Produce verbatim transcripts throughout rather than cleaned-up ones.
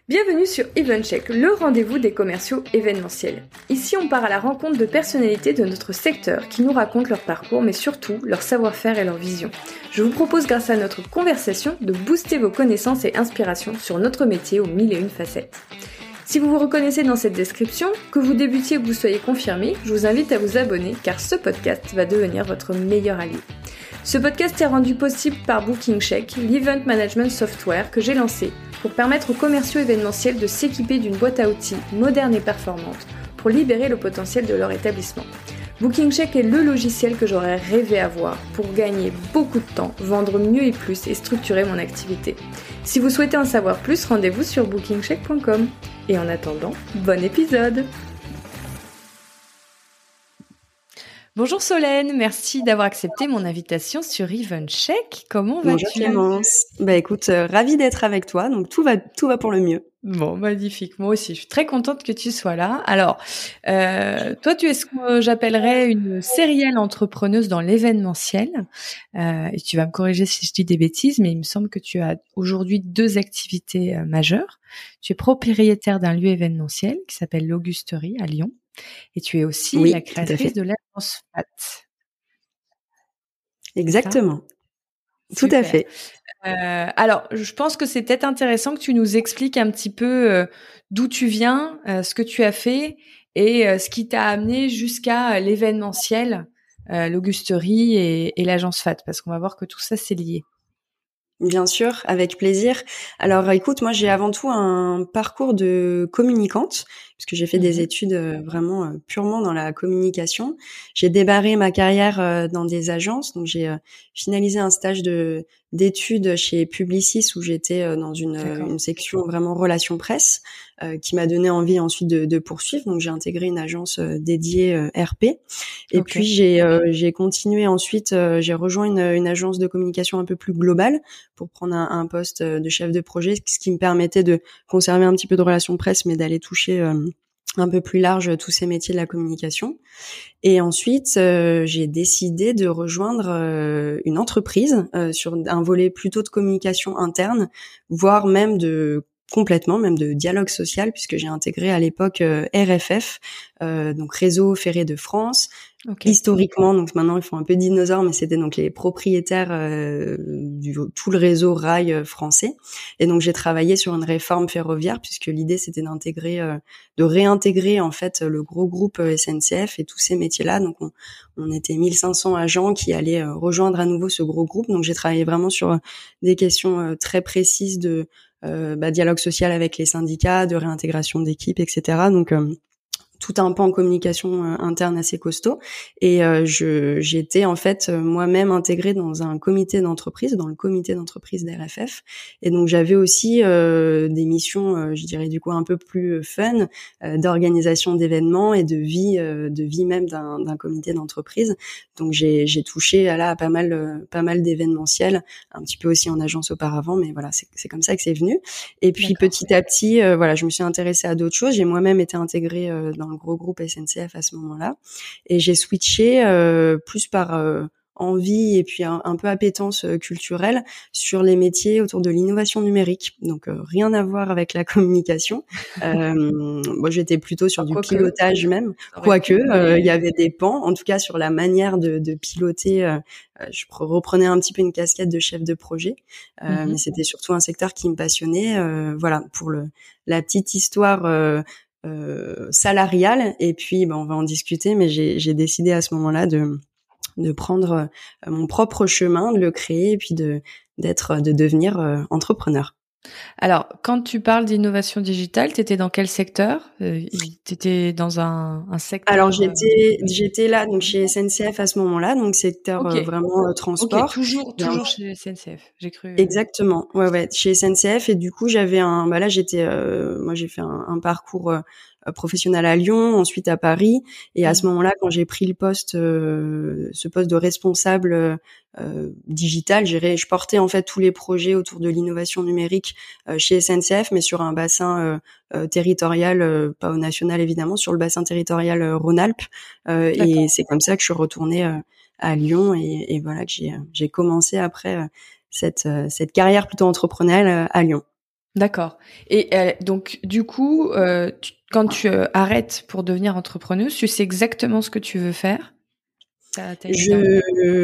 Bienvenue sur EventCheck, le rendez-vous des commerciaux événementiels. Ici, on part à la rencontre de personnalités de notre secteur qui nous racontent leur parcours, mais surtout leur savoir-faire et leur vision. Je vous propose, grâce à notre conversation, de booster vos connaissances et inspirations sur notre métier aux mille et une facettes. Si vous vous reconnaissez dans cette description, que vous débutiez ou que vous soyez confirmé, je vous invite à vous abonner car ce podcast va devenir votre meilleur allié. Ce podcast est rendu possible par BookingCheck, l'event management software que j'ai lancé pour permettre aux commerciaux événementiels de s'équiper d'une boîte à outils moderne et performante pour libérer le potentiel de leur établissement. BookingCheck est le logiciel que j'aurais rêvé avoir pour gagner beaucoup de temps, vendre mieux et plus et structurer mon activité. Si vous souhaitez en savoir plus, rendez-vous sur booking check point com. Et en attendant, bon épisode! Bonjour Solène, merci d'avoir accepté mon invitation sur EventCheck. Comment vas-tu? Bonjour Clémence. Bah écoute, euh, ravie d'être avec toi, donc tout va tout va pour le mieux. Bon, magnifique. Moi aussi, je suis très contente que tu sois là. Alors, euh, toi, tu es ce que j'appellerais une sérielle entrepreneuse dans l'événementiel. Euh, et tu vas me corriger si je dis des bêtises, mais il me semble que tu as aujourd'hui deux activités euh, majeures. Tu es propriétaire d'un lieu événementiel qui s'appelle l'Augusterie à Lyon. Et tu es aussi Oui, la créatrice de l'agence F A T. Exactement. Tout Super. à fait. Euh, alors, je pense que c'est peut-être intéressant que tu nous expliques un petit peu euh, d'où tu viens, euh, ce que tu as fait et euh, ce qui t'a amené jusqu'à l'événementiel, euh, l'Augusterie et, et l'agence F A T, parce qu'on va voir que tout ça, c'est lié. Bien sûr, avec plaisir. Alors écoute, moi j'ai avant tout un parcours de communicante, puisque j'ai fait mmh. des études euh, vraiment euh, purement dans la communication. J'ai démarré ma carrière euh, dans des agences, donc j'ai euh, finalisé un stage de d'études chez Publicis où j'étais euh, dans une, une section vraiment relations presse, euh, qui m'a donné envie ensuite de, de poursuivre. Donc j'ai intégré une agence euh, dédiée euh, R P. Et okay. puis j'ai euh, j'ai continué ensuite, euh, j'ai rejoint une, une agence de communication un peu plus globale pour prendre un, un poste de chef de projet, ce qui me permettait de conserver un petit peu de relations presse, mais d'aller toucher euh, un peu plus large tous ces métiers de la communication. Et ensuite, euh, j'ai décidé de rejoindre euh, une entreprise euh, sur un volet plutôt de communication interne, voire même de complètement, même de dialogue social, puisque j'ai intégré à l'époque euh, R F F, euh, donc Réseau Ferré de France. Okay. Historiquement, donc maintenant ils font un peu dinosaure, mais c'était donc les propriétaires euh, du tout le réseau rail euh, français. Et donc j'ai travaillé sur une réforme ferroviaire, puisque l'idée c'était d'intégrer, euh, de réintégrer en fait le gros groupe S N C F et tous ces métiers-là. Donc on, on était mille cinq cents agents qui allaient euh, rejoindre à nouveau ce gros groupe. Donc j'ai travaillé vraiment sur euh, des questions euh, très précises de euh, bah, dialogue social avec les syndicats, de réintégration d'équipes, et cetera. Donc euh, tout un pan en communication euh, interne assez costaud. Et euh, je j'étais en fait euh, moi-même intégrée dans un comité d'entreprise, dans le comité d'entreprise d'R F F. Et donc j'avais aussi euh, des missions, euh, je dirais du coup un peu plus fun, euh, d'organisation d'événements et de vie, euh, de vie même d'un, d'un comité d'entreprise. Donc j'ai j'ai touché là à pas mal euh, pas mal d'événementiels, un petit peu aussi en agence auparavant, mais voilà c'est c'est comme ça que c'est venu. Et puis D'accord. petit à petit, euh, voilà, je me suis intéressée à d'autres choses. J'ai moi-même été intégrée euh, dans le gros groupe S N C F à ce moment-là, et j'ai switché euh, plus par euh, envie et puis un, un peu appétence euh, culturelle sur les métiers autour de l'innovation numérique. Donc euh, rien à voir avec la communication. Euh, moi j'étais plutôt sur du pilotage que. même, quoique euh, il y avait des pans, en tout cas sur la manière de, de piloter. Euh, je reprenais un petit peu une casquette de chef de projet, euh, mm-hmm. mais c'était surtout un secteur qui me passionnait. Euh, voilà pour le la petite histoire. Euh, Euh, salariale, et puis ben, on va en discuter, mais j'ai, j'ai décidé à ce moment-là de de prendre euh, mon propre chemin, de le créer et puis de d'être de devenir euh, entrepreneur. Alors, quand tu parles d'innovation digitale, tu étais dans quel secteur? euh, Tu étais dans un, un secteur... Alors, j'étais euh... j'étais là donc chez S N C F à ce moment-là, donc secteur okay. euh, vraiment euh, transport. Ok, toujours, toujours chez S N C F, j'ai cru. Exactement, ouais, ouais, chez S N C F, et du coup, j'avais un... Bah là, j'étais... Euh, moi, j'ai fait un, un parcours... Euh, professionnel à Lyon, ensuite à Paris, et à mmh. ce moment-là, quand j'ai pris le poste, euh, ce poste de responsable euh, digital, j'ai, je portais en fait tous les projets autour de l'innovation numérique euh, chez S N C F, mais sur un bassin euh, euh, territorial, euh, pas au national évidemment, sur le bassin territorial euh, Rhône-Alpes, euh, et c'est comme ça que je suis retournée euh, à Lyon, et, et voilà que j'ai, j'ai commencé après euh, cette, euh, cette carrière plutôt entrepreneuriale euh, à Lyon. D'accord. Et euh, donc, du coup, euh, tu, quand tu euh, arrêtes pour devenir entrepreneuse, tu sais exactement ce que tu veux faire? T'as, t'as une idée en tête?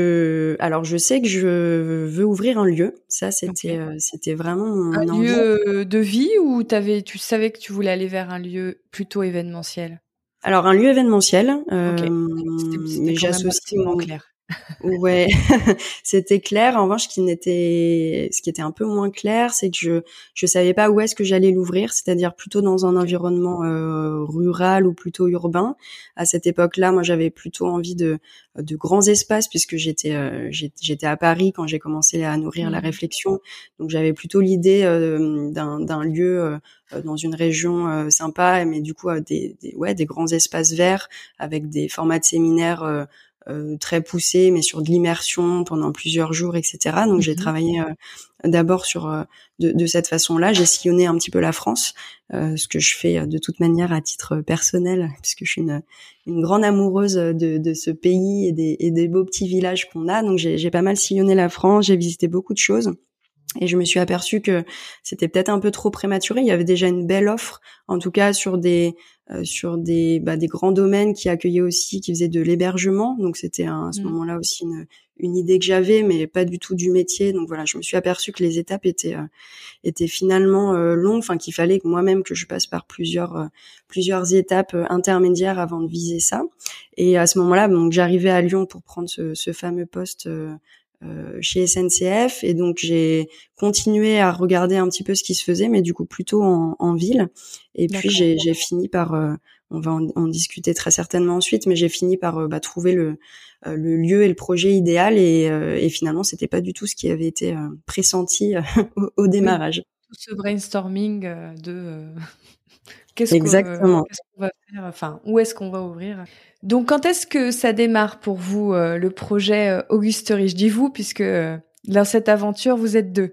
Je alors je sais que je veux ouvrir un lieu. Ça, c'était, Ok. heu, c'était vraiment Un mon envie. lieu euh, de vie ou t'avais, tu savais que tu voulais aller vers un lieu plutôt événementiel? Alors un lieu événementiel, Ok. C'était, hem, c'était mais quand même j'associe relativement mon clair. ouais, c'était clair. En revanche, ce qui n'était ce qui était un peu moins clair, c'est que je je savais pas où est-ce que j'allais l'ouvrir, c'est-à-dire plutôt dans un Ok. environnement, heu, rural ou plutôt urbain. À cette époque-là, moi, j'avais plutôt envie de de grands espaces puisque j'étais, heu, j'ét j'étais à Paris quand j'ai commencé à nourrir la Mhm. réflexion. Donc j'avais plutôt l'idée, hem, d'un d'un lieu, heu heu, dans une région, heu, sympa, mais du coup, heu, des des ouais, des grands espaces verts avec des formats de séminaires, heu heu, très poussé, mais sur de l'immersion pendant plusieurs jours, et cetera. Donc j'ai Mhm. travaillé, heu, d'abord sur, heu, de de cette façon-là. J'ai sillonné un petit peu la France, heu, ce que je fais, heu, de toute manière à titre personnel, puisque je suis une une grande amoureuse, de de ce pays et des et des beaux petits villages qu'on a. Donc j'ai j'ai pas mal sillonné la France, j'ai visité beaucoup de choses. Et je me suis aperçue que c'était peut-être un peu trop prématuré. Il y avait déjà une belle offre, en tout cas sur des euh, sur des bah, des grands domaines qui accueillaient aussi, qui faisaient de l'hébergement. Donc c'était un, à ce Mhm. moment-là aussi une une idée que j'avais, mais pas du tout du métier. Donc voilà, je me suis aperçue que les étapes étaient euh, étaient finalement euh, longues, enfin qu'il fallait que moi-même que je passe par plusieurs euh, plusieurs étapes euh, intermédiaires avant de viser ça. Et à ce moment-là, donc j'arrivais à Lyon pour prendre ce, ce fameux poste. Euh, euh, chez S N C F, et donc j'ai continué à regarder un petit peu ce qui se faisait, mais du coup plutôt en, en ville. Et puis D'accord. j'ai, j'ai fini par, euh, on va en, en discuter très certainement ensuite, mais j'ai fini par euh, bah, trouver le, euh, le lieu et le projet idéal, et, euh, et finalement c'était pas du tout ce qui avait été euh, pressenti euh, au, au Oui, démarrage. tout ce brainstorming euh, de euh, qu'est-ce que Exactement. qu'est-ce qu'on va faire, enfin, où est-ce qu'on va ouvrir. Donc, quand est-ce que ça démarre pour vous, euh, le projet euh, Augusterie? Je dis vous, puisque euh, dans cette aventure, vous êtes deux.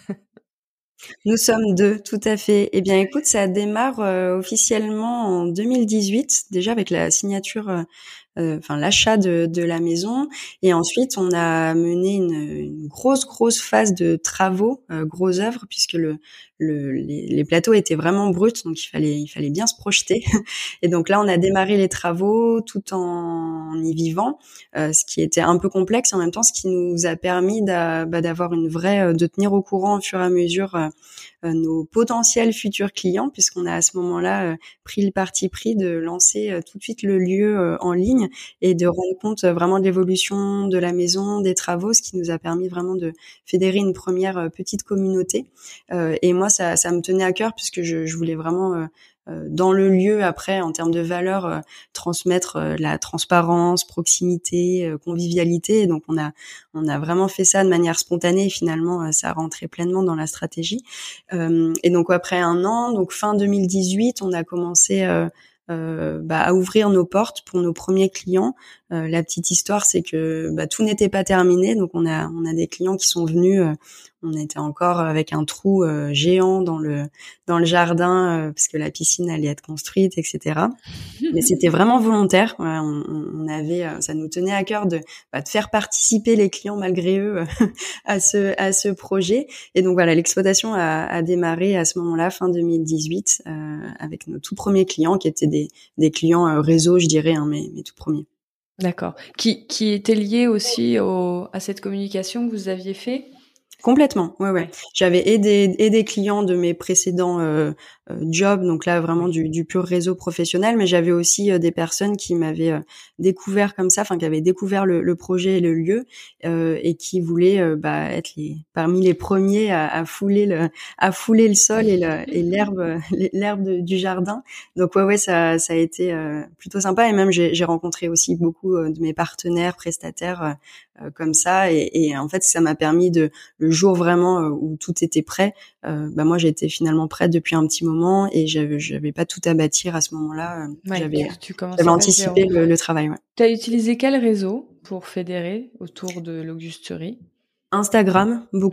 Nous sommes deux, tout à fait. Eh bien, écoute, ça démarre euh, officiellement en deux mille dix-huit, déjà avec la signature, euh, euh, enfin l'achat de, de la maison, et ensuite on a mené une, une grosse grosse phase de travaux, euh, gros œuvre, puisque le, le les, les plateaux étaient vraiment bruts, donc il fallait il fallait bien se projeter. Et donc là, on a démarré les travaux tout en y vivant, euh, ce qui était un peu complexe en même temps, ce qui nous a permis d'a, bah, d'avoir une vraie, euh, de tenir au courant au fur et à mesure euh, euh, nos potentiels futurs clients, puisqu'on a à ce moment-là euh, pris le parti pris de lancer euh, tout de suite le lieu euh, en ligne et de rendre compte euh, vraiment de l'évolution de la maison, des travaux, ce qui nous a permis vraiment de fédérer une première euh, petite communauté. Euh, et moi, ça, ça me tenait à cœur puisque je, je voulais vraiment euh, euh, dans le lieu après en termes de valeurs euh, transmettre euh, la transparence, proximité, euh, convivialité. Et donc on a on a vraiment fait ça de manière spontanée, et finalement euh, ça rentrait pleinement dans la stratégie. Euh, et donc après un an, donc fin deux mille dix-huit, on a commencé euh, euh, bah, à ouvrir nos portes pour nos premiers clients. Euh, la petite histoire, c'est que bah, tout n'était pas terminé, donc on a on a des clients qui sont venus. Euh, on était encore avec un trou euh, géant dans le dans le jardin euh, parce que la piscine allait être construite, et cetera. Mais c'était vraiment volontaire. Ouais, on, on avait, euh, ça nous tenait à cœur de, bah, de faire participer les clients malgré eux à ce à ce projet. Et donc voilà, l'exploitation a, a démarré à ce moment-là, fin deux mille dix-huit, euh, avec nos tout premiers clients qui étaient des des clients euh, réseau, je dirais, hein, mes mes tout premiers. D'accord. Qui qui était lié aussi au à cette communication que vous aviez fait? Complètement, ouais, ouais. Ouais. J'avais et des, et des clients de mes précédents euh, euh, jobs, donc là vraiment Oui. du, du pur réseau professionnel, mais j'avais aussi euh, des personnes qui m'avaient euh, découvert comme ça, enfin qui avaient découvert le, le projet et le lieu, euh, et qui voulaient euh, bah, être les, parmi les premiers à, à fouler le, à fouler le sol et le, et l'herbe, l'herbe de- du jardin. Donc ouais, ouais, ça, ça a été euh, plutôt sympa, et même j'ai, j'ai rencontré aussi beaucoup euh, de mes partenaires, prestataires euh, euh, comme ça, et, et en fait ça m'a permis de le jour vraiment euh, où tout était prêt, euh, bah moi j'étais finalement prête depuis un petit moment, et j'avais j'avais pas tout à bâtir à ce moment-là. euh, Ouais, j'avais tu, tu j'avais commençais pas de zéro. anticipé le, le travail. Ouais. Tu as utilisé quel réseau pour fédérer autour de l'Augusterie? Instagram beaucoup. Ouais.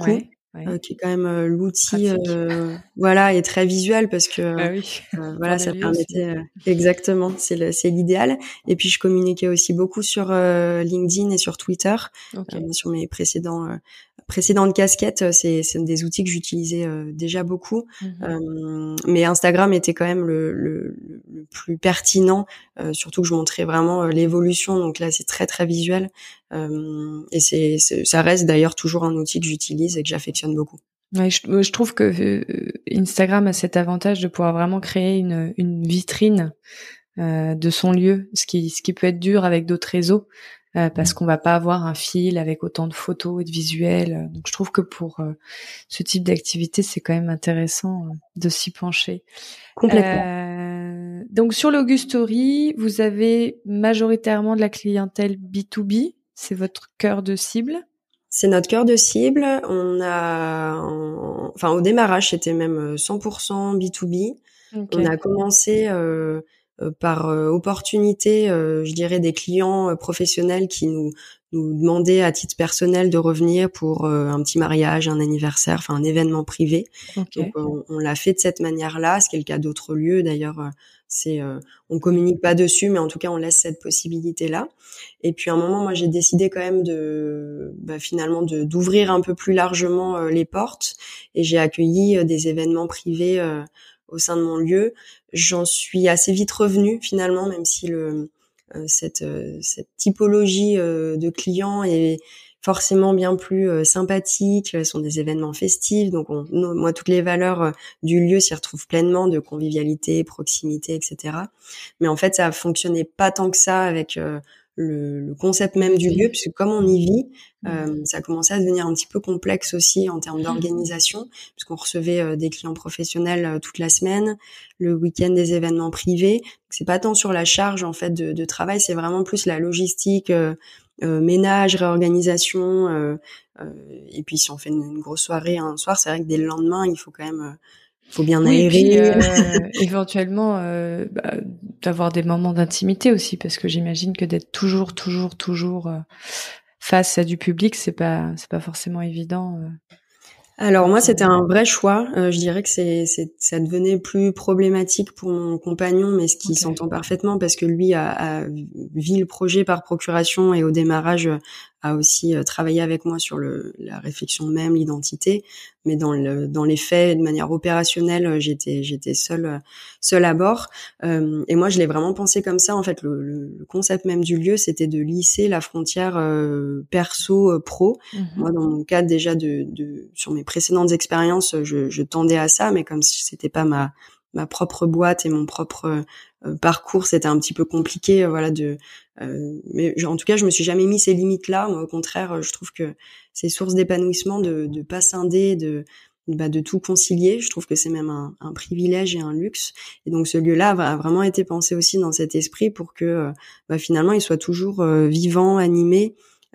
ouais. euh, qui est quand même euh, l'outil, euh, voilà, est très visuel parce que Bah oui. euh, voilà, ça permettait euh, exactement, c'est le, c'est l'idéal. Et puis je communiquais aussi beaucoup sur euh, LinkedIn et sur Twitter, okay. euh, sur mes précédents euh, précédentes casquettes. C'est, c'est des outils que j'utilisais euh, déjà beaucoup, mm-hmm. euh, mais Instagram était quand même le, le, le plus pertinent, euh, surtout que je montrais vraiment euh, l'évolution. Donc là, c'est très très visuel. Euh, et c'est, c'est, ça reste d'ailleurs toujours un outil que j'utilise et que j'affectionne beaucoup. Ouais, je, je trouve que euh, Instagram a cet avantage de pouvoir vraiment créer une, une vitrine euh, de son lieu, ce qui, ce qui peut être dur avec d'autres réseaux, euh, parce qu'on va pas avoir un fil avec autant de photos et de visuels. Donc je trouve que pour euh, ce type d'activité, c'est quand même intéressant euh, de s'y pencher. Complètement. Euh, donc sur l'Augustory, vous avez majoritairement de la clientèle B deux B. C'est votre cœur de cible? C'est notre cœur de cible. On a, en... enfin, au démarrage, c'était même cent pour cent B deux B. Okay. On a commencé euh, par euh, opportunité, euh, je dirais, des clients euh, professionnels qui nous nous demandaient à titre personnel de revenir pour euh, un petit mariage, un anniversaire, enfin un événement privé. Okay. Donc on, on l'a fait de cette manière-là, ce qui est le cas d'autres lieux d'ailleurs. Euh, c'est euh, on communique pas dessus, mais en tout cas on laisse cette possibilité-là. Et puis à un moment, moi j'ai décidé quand même de bah, finalement de d'ouvrir un peu plus largement euh, les portes, et j'ai accueilli euh, des événements privés euh, au sein de mon lieu. J'en suis assez vite revenue finalement, même si le euh, cette euh, cette typologie euh, de clients est forcément bien plus euh, sympathique. Ce sont des événements festifs, donc on, nous, moi toutes les valeurs euh, du lieu s'y retrouvent pleinement, de convivialité, proximité, et cetera. Mais en fait, ça fonctionnait pas tant que ça avec euh, le, le concept même du lieu, puisque comme on y vit, euh, ça commençait à devenir un petit peu complexe aussi en termes d'organisation, puisqu'on recevait euh, des clients professionnels euh, toute la semaine, le week-end des événements privés. Donc, c'est pas tant sur la charge en fait de, de travail, c'est vraiment plus la logistique, euh, euh, ménage, réorganisation. Euh, euh, et puis si on fait une, une grosse soirée un soir, c'est vrai que dès le lendemain, il faut quand même euh, faut bien oui, aérer. Puis, euh, éventuellement, euh, bah, d'avoir des moments d'intimité aussi, parce que j'imagine que d'être toujours, toujours, toujours euh, face à du public, c'est pas, c'est pas forcément évident. Euh. Alors moi, c'était un vrai choix. Euh, je dirais que c'est, c'est, ça devenait plus problématique pour mon compagnon, mais ce qui okay. s'entend parfaitement parce que lui a, a vu le projet par procuration et au démarrage a aussi travaillé avec moi sur le, la réflexion même, l'identité. Mais dans le, dans les faits, de manière opérationnelle, j'étais, j'étais seule, seule à bord. Euh, et moi, je l'ai vraiment pensé comme ça. En fait, le, le concept même du lieu, c'était de lisser la frontière euh, perso-pro. Mm-hmm. Moi, dans mon cadre déjà de, de sur mes précédentes expériences, je, je tendais à ça, mais comme si c'était pas ma ma propre boîte et mon propre euh, parcours, c'était un petit peu compliqué, euh, voilà. De, euh, mais en tout cas, je me suis jamais mis ces limites-là. Moi, au contraire, je trouve que c'est source d'épanouissement de de pas scinder, de bah, de tout concilier. Je trouve que c'est même un, un privilège et un luxe. Et donc, ce lieu-là a vraiment été pensé aussi dans cet esprit pour que bah, finalement, il soit toujours euh, vivant, animé.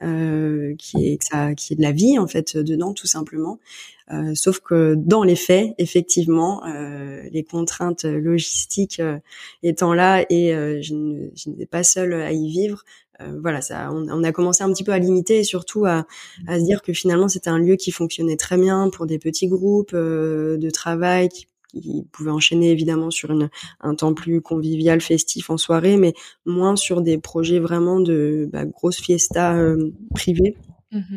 Euh, qui est que ça, qui est de la vie en fait dedans tout simplement. Euh, sauf que dans les faits, effectivement, euh, les contraintes logistiques euh, étant là et euh, je, ne, je n'étais pas seule à y vivre. Euh, voilà, ça, on, on a commencé un petit peu à limiter et surtout à, à se dire que finalement c'était un lieu qui fonctionnait très bien pour des petits groupes euh, de travail qui qui pouvaient enchaîner évidemment sur une, un temps plus convivial, festif en soirée, mais moins sur des projets vraiment de bah, grosses fiestas euh, privées. Mmh.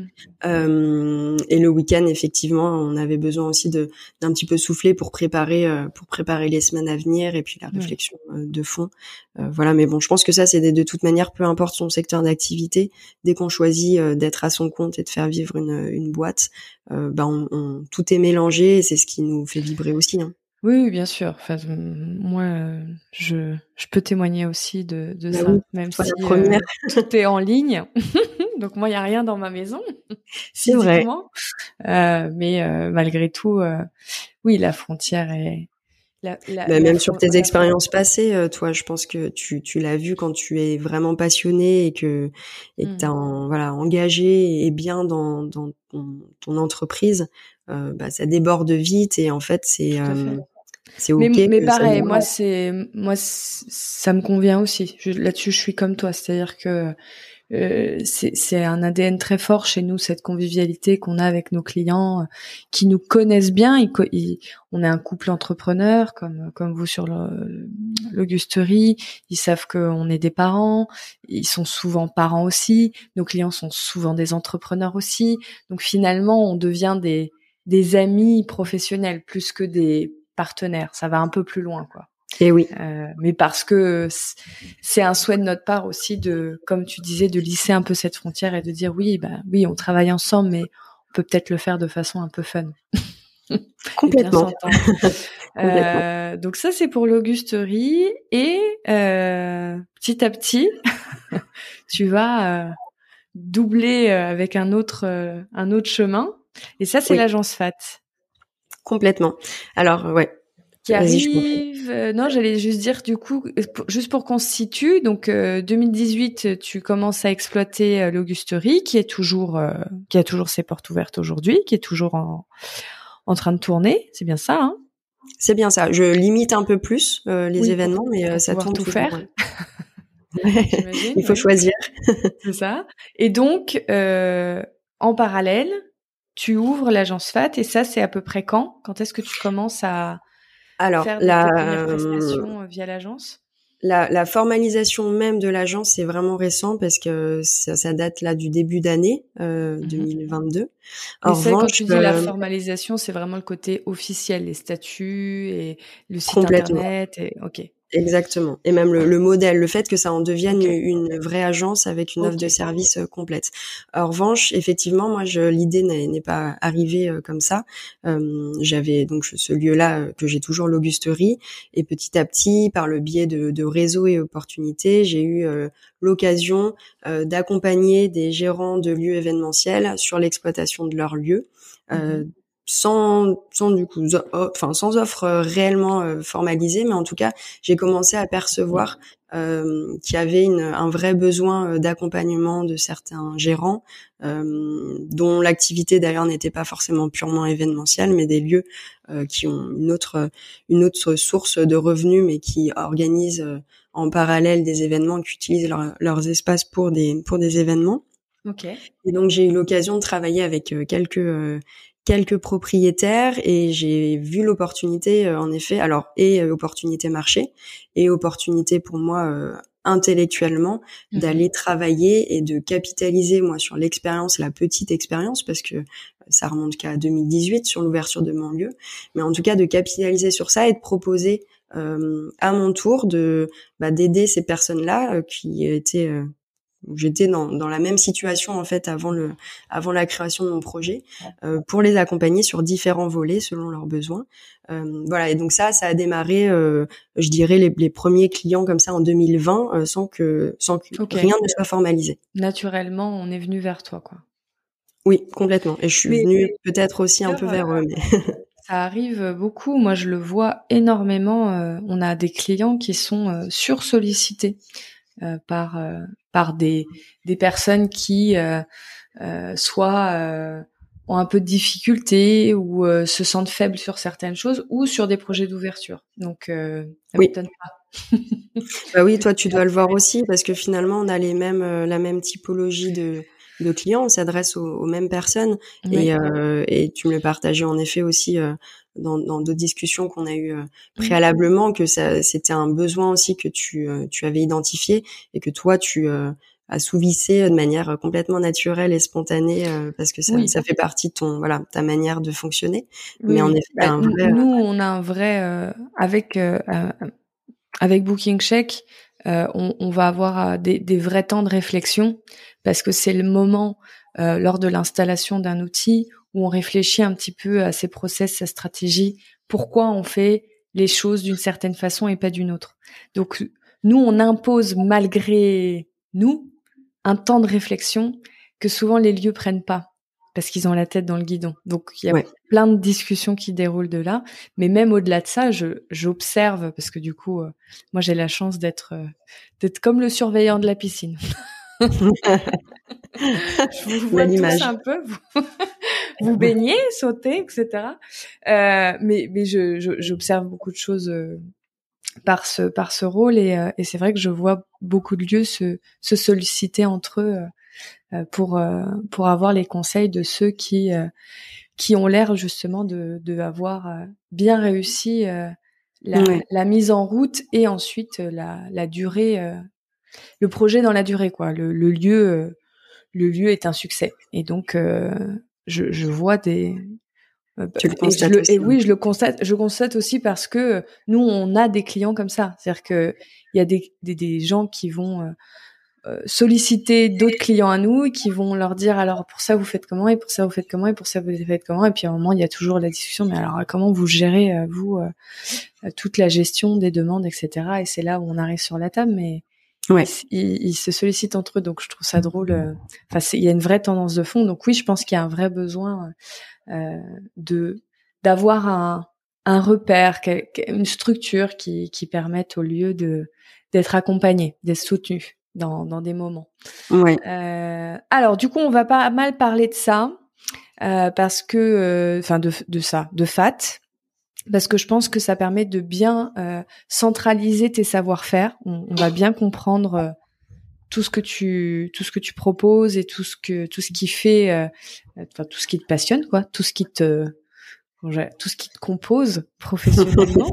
Euh, et le week-end, effectivement, on avait besoin aussi de d'un petit peu souffler pour préparer euh, pour préparer les semaines à venir et puis la réflexion ouais. euh, de fond. Euh, voilà, mais bon, je pense que ça, c'est de, de toute manière, peu importe son secteur d'activité, dès qu'on choisit euh, d'être à son compte et de faire vivre une, une boîte, euh, bah, on, on, tout est mélangé et c'est ce qui nous fait vibrer aussi. Hein. Oui, oui, bien sûr. Enfin, moi, euh, je, je peux témoigner aussi de, de bah ça, oui, même si euh, tout est en ligne. Donc moi, il n'y a rien dans ma maison, c'est vrai. Euh, mais euh, malgré tout, euh, oui, la frontière est... La, la, bah, même la, sur tes la, expériences passées, euh, toi, je pense que tu, tu l'as vu quand tu es vraiment passionné et que et que mmh. t'as en, voilà engagé et bien dans, dans ton, ton entreprise, euh, bah, ça déborde vite et en fait c'est euh, c'est ok. Mais, mais pareil, moi c'est moi ça me convient aussi. Je, là-dessus, je suis comme toi, c'est-à-dire que euh, c'est, c'est un A D N très fort chez nous, cette convivialité qu'on a avec nos clients, euh, qui nous connaissent bien. Ils, ils, on est un couple entrepreneur, comme comme vous sur le, l'Augusterie. Ils savent qu'on est des parents. Ils sont souvent parents aussi. Nos clients sont souvent des entrepreneurs aussi. Donc finalement, on devient des des amis professionnels plus que des partenaires. Ça va un peu plus loin, quoi. Et oui. Euh, mais parce que c'est un souhait de notre part aussi de, comme tu disais, de lisser un peu cette frontière et de dire oui, bah oui, on travaille ensemble, mais on peut peut-être le faire de façon un peu fun. Complètement. euh, donc ça, c'est pour l'Augusterie. Et euh, petit à petit, tu vas euh, doubler avec un autre, euh, un autre chemin. Et ça, c'est oui. l'agence F A T. Complètement. Alors, ouais. Qui arrive. Euh, non, j'allais juste dire du coup, juste pour qu'on se situe. Donc euh, deux mille dix-huit, tu commences à exploiter euh, l'Augusterie, qui est toujours, euh, qui a toujours ses portes ouvertes aujourd'hui, qui est toujours en, en train de tourner. C'est bien ça, hein? C'est bien ça. Je limite un peu plus euh, les oui, événements, pour, mais pour ça tourne tout toujours. faire. Ouais. Il faut ouais. choisir. C'est ça. Et donc, euh, en parallèle, tu ouvres l'agence F A T. Et ça, c'est à peu près quand? Quand est-ce que tu commences à Alors, faire la... tes premières prestations via l'agence? La, la formalisation même de l'agence, c'est vraiment récent parce que ça, ça date là du début d'année euh, mm-hmm. deux mille vingt-deux. Mais c'est quand tu dis euh... la formalisation, c'est vraiment le côté officiel, les statuts et le site internet. Et... Ok. Exactement. Et même le, le modèle, le fait que ça en devienne okay. une, une vraie agence avec une okay. offre de service euh, complète. En revanche, effectivement, moi, je, l'idée n'est, n'est pas arrivée euh, comme ça. Euh, j'avais donc ce lieu-là euh, que j'ai toujours, l'Augusterie, et petit à petit, par le biais de, de réseaux et opportunités, j'ai eu euh, l'occasion euh, d'accompagner des gérants de lieux événementiels sur l'exploitation de leurs lieux. Euh, mm-hmm. sans sans du coup enfin sans offre réellement euh, formalisée, mais en tout cas j'ai commencé à percevoir euh, qu'il y avait une, un vrai besoin d'accompagnement de certains gérants euh, dont l'activité d'ailleurs n'était pas forcément purement événementielle, mais des lieux euh, qui ont une autre une autre source de revenus, mais qui organisent euh, en parallèle des événements, qui utilisent leur, leurs espaces pour des pour des événements. Okay. Et donc j'ai eu l'occasion de travailler avec euh, quelques euh, quelques propriétaires et j'ai vu l'opportunité euh, en effet, alors et euh, opportunité marché et opportunité pour moi euh, intellectuellement mmh. d'aller travailler et de capitaliser moi sur l'expérience, la petite expérience, parce que ça remonte qu'à deux mille dix-huit sur l'ouverture de mon lieu, mais en tout cas de capitaliser sur ça et de proposer euh, à mon tour de bah, d'aider ces personnes-là euh, qui étaient euh, j'étais dans, dans la même situation en fait avant le avant la création de mon projet euh, pour les accompagner sur différents volets selon leurs besoins. Euh, voilà, et donc ça ça a démarré euh, je dirais les, les premiers clients comme ça en deux mille vingt euh, sans que sans que okay. rien ne soit formalisé. Naturellement, on est venu vers toi quoi. Oui, complètement. Et je suis mais, venue mais, peut-être aussi un peu vers eux mais ça arrive beaucoup, moi je le vois énormément, euh, on a des clients qui sont euh, sursollicités. Euh, par euh, par des des personnes qui euh, euh, soit euh, ont un peu de difficultés ou euh, se sentent faibles sur certaines choses ou sur des projets d'ouverture. Donc euh, ça oui. m'étonne pas. Bah oui, toi tu dois le voir aussi parce que finalement on a les mêmes euh, la même typologie de de clients, on s'adresse aux, aux mêmes personnes oui. et euh, et tu me le partageais en effet aussi euh, dans dans d'autres discussions qu'on a eues euh, préalablement, que ça c'était un besoin aussi que tu euh, tu avais identifié et que toi tu euh, assouvissais de manière complètement naturelle et spontanée euh, parce que ça oui. ça fait partie de ton voilà ta manière de fonctionner. Oui, mais en oui. effet bah, un vrai, nous euh, on a un vrai euh, avec euh, avec Booking Check euh, on, on va avoir des, des vrais temps de réflexion parce que c'est le moment euh, lors de l'installation d'un outil où on réfléchit un petit peu à ses process, sa stratégie, pourquoi on fait les choses d'une certaine façon et pas d'une autre. Donc nous on impose malgré nous un temps de réflexion que souvent les lieux prennent pas parce qu'ils ont la tête dans le guidon. Donc il y a ouais. plein de discussions qui déroulent de là, mais même au-delà de ça, je j'observe parce que du coup euh, moi j'ai la chance d'être euh, d'être comme le surveillant de la piscine. Je vous vois tous un peu, vous, vous baignez, sautez, et cetera. Euh, mais mais je, je j'observe beaucoup de choses euh, par ce par ce rôle et, euh, et c'est vrai que je vois beaucoup de lieux se se solliciter entre eux euh, pour euh, pour avoir les conseils de ceux qui euh, qui ont l'air justement de de avoir euh, bien réussi euh, la Ouais. la mise en route et ensuite euh, la la durée euh, le projet dans la durée quoi. Le le lieu euh, le lieu est un succès et donc euh, je je vois des Euh, Tu le Et je constates le, et aussi. oui, je le constate, je constate aussi parce que euh, nous, on a des clients comme ça. C'est-à-dire que il y a des, des, des gens qui vont euh, euh, solliciter d'autres clients à nous, et qui vont leur dire alors pour ça vous faites comment et pour ça vous faites comment et pour ça vous faites comment et puis à un moment il y a toujours la discussion mais alors comment vous gérez euh, vous euh, toute la gestion des demandes et cetera. Et c'est là où on arrive sur la table mais Ouais. ils, ils, ils se sollicitent entre eux donc je trouve ça drôle. euh, Enfin c'est- il y a une vraie tendance de fond donc oui je pense qu'il y a un vrai besoin euh, de d'avoir un un repère, une structure qui qui permette au lieu de d'être accompagné, d'être soutenu dans dans des moments. Ouais. Euh, alors du coup on va pas mal parler de ça euh, parce que enfin euh, de de ça, de F A T parce que je pense que ça permet de bien euh, centraliser tes savoir-faire. On, on va bien comprendre euh, tout ce que tu tout ce que tu proposes et tout ce que tout ce qui fait euh, enfin tout ce qui te passionne quoi, tout ce qui te tout ce qui te compose professionnellement.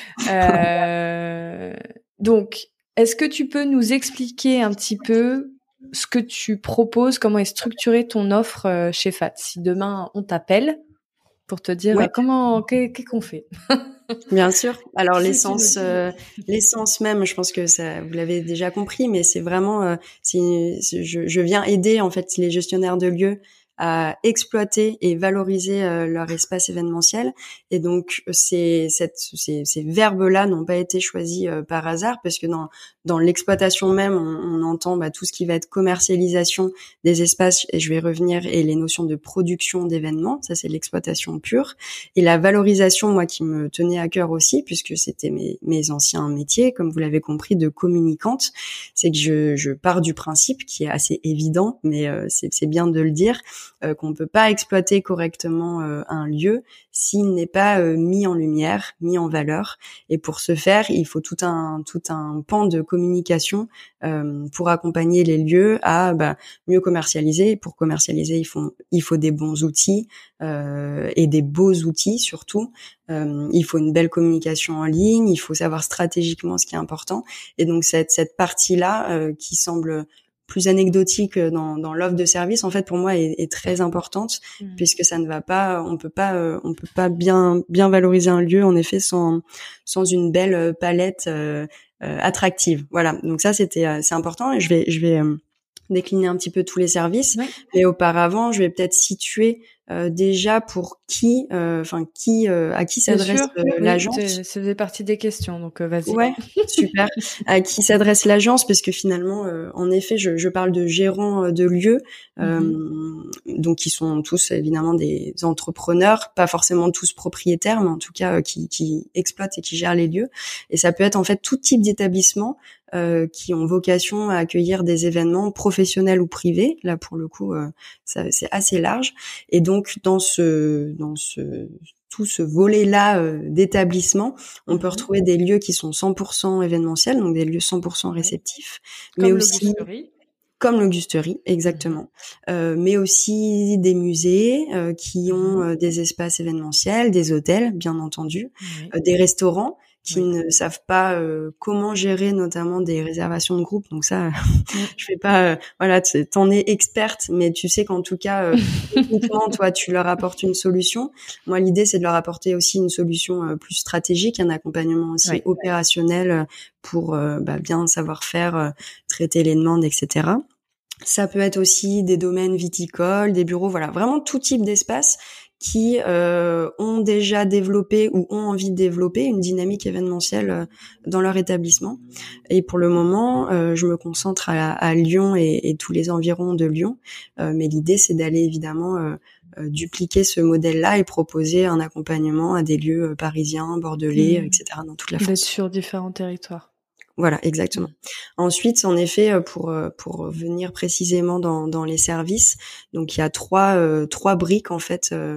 euh, donc est-ce que tu peux nous expliquer un petit peu ce que tu proposes, comment est structurée ton offre euh, chez F A T si demain on t'appelle pour te dire Ouais. euh, comment qu'est-ce qu'on fait. Bien sûr. Alors Qu'est-ce que tu nous l'essence, dis euh, l'essence même, je pense que ça, vous l'avez déjà compris, mais c'est vraiment, euh, c'est, c'est- je, je viens aider en fait les gestionnaires de lieux à exploiter et valoriser euh, leur espace événementiel. Et donc ces, cette, ces, ces verbes-là n'ont pas été choisis euh, par hasard, parce que dans dans l'exploitation même, on, on entend bah, tout ce qui va être commercialisation des espaces, et je vais revenir, et les notions de production d'événements, ça c'est l'exploitation pure. Et la valorisation, moi, qui me tenait à cœur aussi, puisque c'était mes, mes anciens métiers, comme vous l'avez compris, de communicante, c'est que je, je pars du principe, qui est assez évident, mais euh, c'est, c'est bien de le dire, euh, qu'on ne peut pas exploiter correctement euh, un lieu s'il n'est pas euh, mis en lumière, mis en valeur. Et pour ce faire, il faut tout un tout un pan de communication euh, pour accompagner les lieux à bah, mieux commercialiser. Pour commercialiser, il faut il faut des bons outils euh, et des beaux outils surtout. Euh, il faut une belle communication en ligne. Il faut savoir stratégiquement ce qui est important. Et donc cette cette partie là euh, qui semble plus anecdotique dans, dans l'offre de service, en fait, pour moi, est, est très importante, mmh. puisque ça ne va pas, on peut pas, euh, on peut pas bien, bien valoriser un lieu, en effet, sans, sans une belle palette euh, euh, attractive. Voilà. Donc ça, c'était, euh, c'est important, et je vais, je vais euh, décliner un petit peu tous les services. Oui. Mais auparavant, je vais peut-être situer euh, déjà pour qui, enfin euh, qui, euh, à qui s'adresse euh, oui, l'agence. Ça faisait partie des questions, donc euh, vas-y. Ouais, super. À qui s'adresse l'agence, parce que finalement, euh, en effet, je, je parle de gérants de lieux, euh, mm-hmm. donc qui sont tous évidemment des entrepreneurs, pas forcément tous propriétaires, mais en tout cas euh, qui, qui exploitent et qui gèrent les lieux. Et ça peut être en fait tout type d'établissement euh, qui ont vocation à accueillir des événements professionnels ou privés. Là, pour le coup, euh, ça, c'est assez large. Et donc dans ce dans ce tout ce volet-là euh, d'établissement, on mmh. peut retrouver des lieux qui sont cent pour cent événementiels, donc des lieux cent pour cent réceptifs, comme mais aussi l'Augusterie. Comme l'Augusterie, exactement. Mmh. Euh, mais aussi des musées euh, qui ont euh, des espaces événementiels, des hôtels, bien entendu, oui. euh, des restaurants qui oui. ne savent pas euh, comment gérer notamment des réservations de groupe. Donc ça, oui. je fais pas, euh, voilà, t'en es experte, mais tu sais qu'en tout cas, euh, techniquement, toi, tu leur apportes une solution. Moi, l'idée, c'est de leur apporter aussi une solution euh, plus stratégique, un accompagnement aussi oui. opérationnel euh, pour euh, bah, bien savoir faire, euh, traiter les demandes, et cetera. Ça peut être aussi des domaines viticoles, des bureaux, voilà, vraiment tout type d'espace qui euh, ont déjà développé ou ont envie de développer une dynamique événementielle euh, dans leur établissement. Et pour le moment, euh, je me concentre à, à Lyon et, et tous les environs de Lyon. Euh, mais l'idée, c'est d'aller évidemment euh, euh, dupliquer ce modèle-là et proposer un accompagnement à des lieux euh, parisiens, bordelais, mmh. et cetera dans toute la France. D'être sur différents territoires. Voilà, exactement. Ensuite, en effet, pour pour venir précisément dans dans les services, donc il y a trois euh, trois briques en fait euh,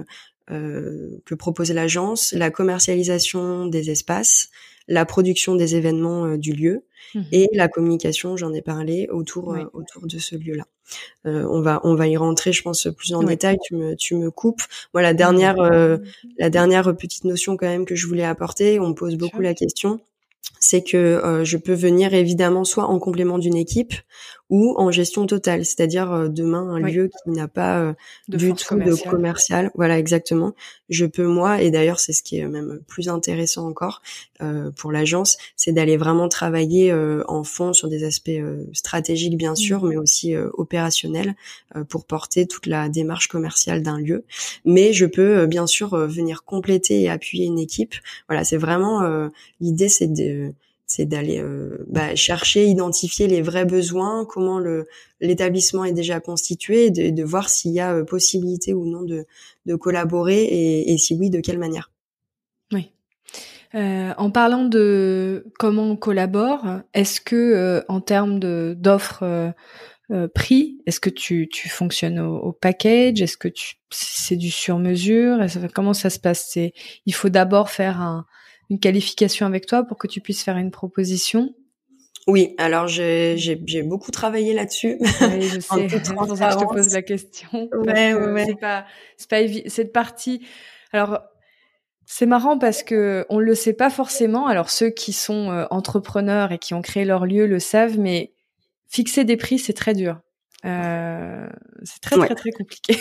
euh, que proposait l'agence, la commercialisation des espaces, la production des événements euh, du lieu mmh. et la communication, j'en ai parlé, autour oui. euh, autour de ce lieu-là. Euh, on va on va y rentrer, je pense, plus en oui. détail. Tu me tu me coupes. Moi, la dernière oui. euh, la dernière petite notion quand même que je voulais apporter, on me pose beaucoup sure. la question. C'est que euh, je peux venir évidemment soit en complément d'une équipe ou en gestion totale, c'est-à-dire euh, demain un oui. lieu qui n'a pas euh, du tout de commercial, voilà exactement. Je peux moi, et d'ailleurs c'est ce qui est même plus intéressant encore euh, pour l'agence, c'est d'aller vraiment travailler euh, en fond sur des aspects euh, stratégiques bien sûr, mmh. mais aussi euh, opérationnels euh, pour porter toute la démarche commerciale d'un lieu. Mais je peux euh, bien sûr euh, venir compléter et appuyer une équipe. Voilà, c'est vraiment euh, l'idée, c'est de c'est d'aller euh, bah, chercher, identifier les vrais besoins, comment le l'établissement est déjà constitué, de, de voir s'il y a euh, possibilité ou non de, de collaborer et, et si oui, de quelle manière. Oui. Euh, en parlant de comment on collabore, est-ce que euh, en termes de d'offres euh, euh, prix, est-ce que tu tu fonctionnes au, au package, est-ce que tu c'est du sur mesure, comment ça se passe? C'est il faut d'abord faire un une qualification avec toi pour que tu puisses faire une proposition? Oui, alors j'ai j'ai j'ai beaucoup travaillé là-dessus. Oui, je sais. C'est pour ça que je te pose la question. Ouais, ouais, ouais. C'est pas c'est pas évi- cette partie. Alors c'est marrant parce que on le sait pas forcément. Alors ceux qui sont euh, entrepreneurs et qui ont créé leur lieu le savent, mais fixer des prix c'est très dur. Euh, c'est très ouais. très très compliqué.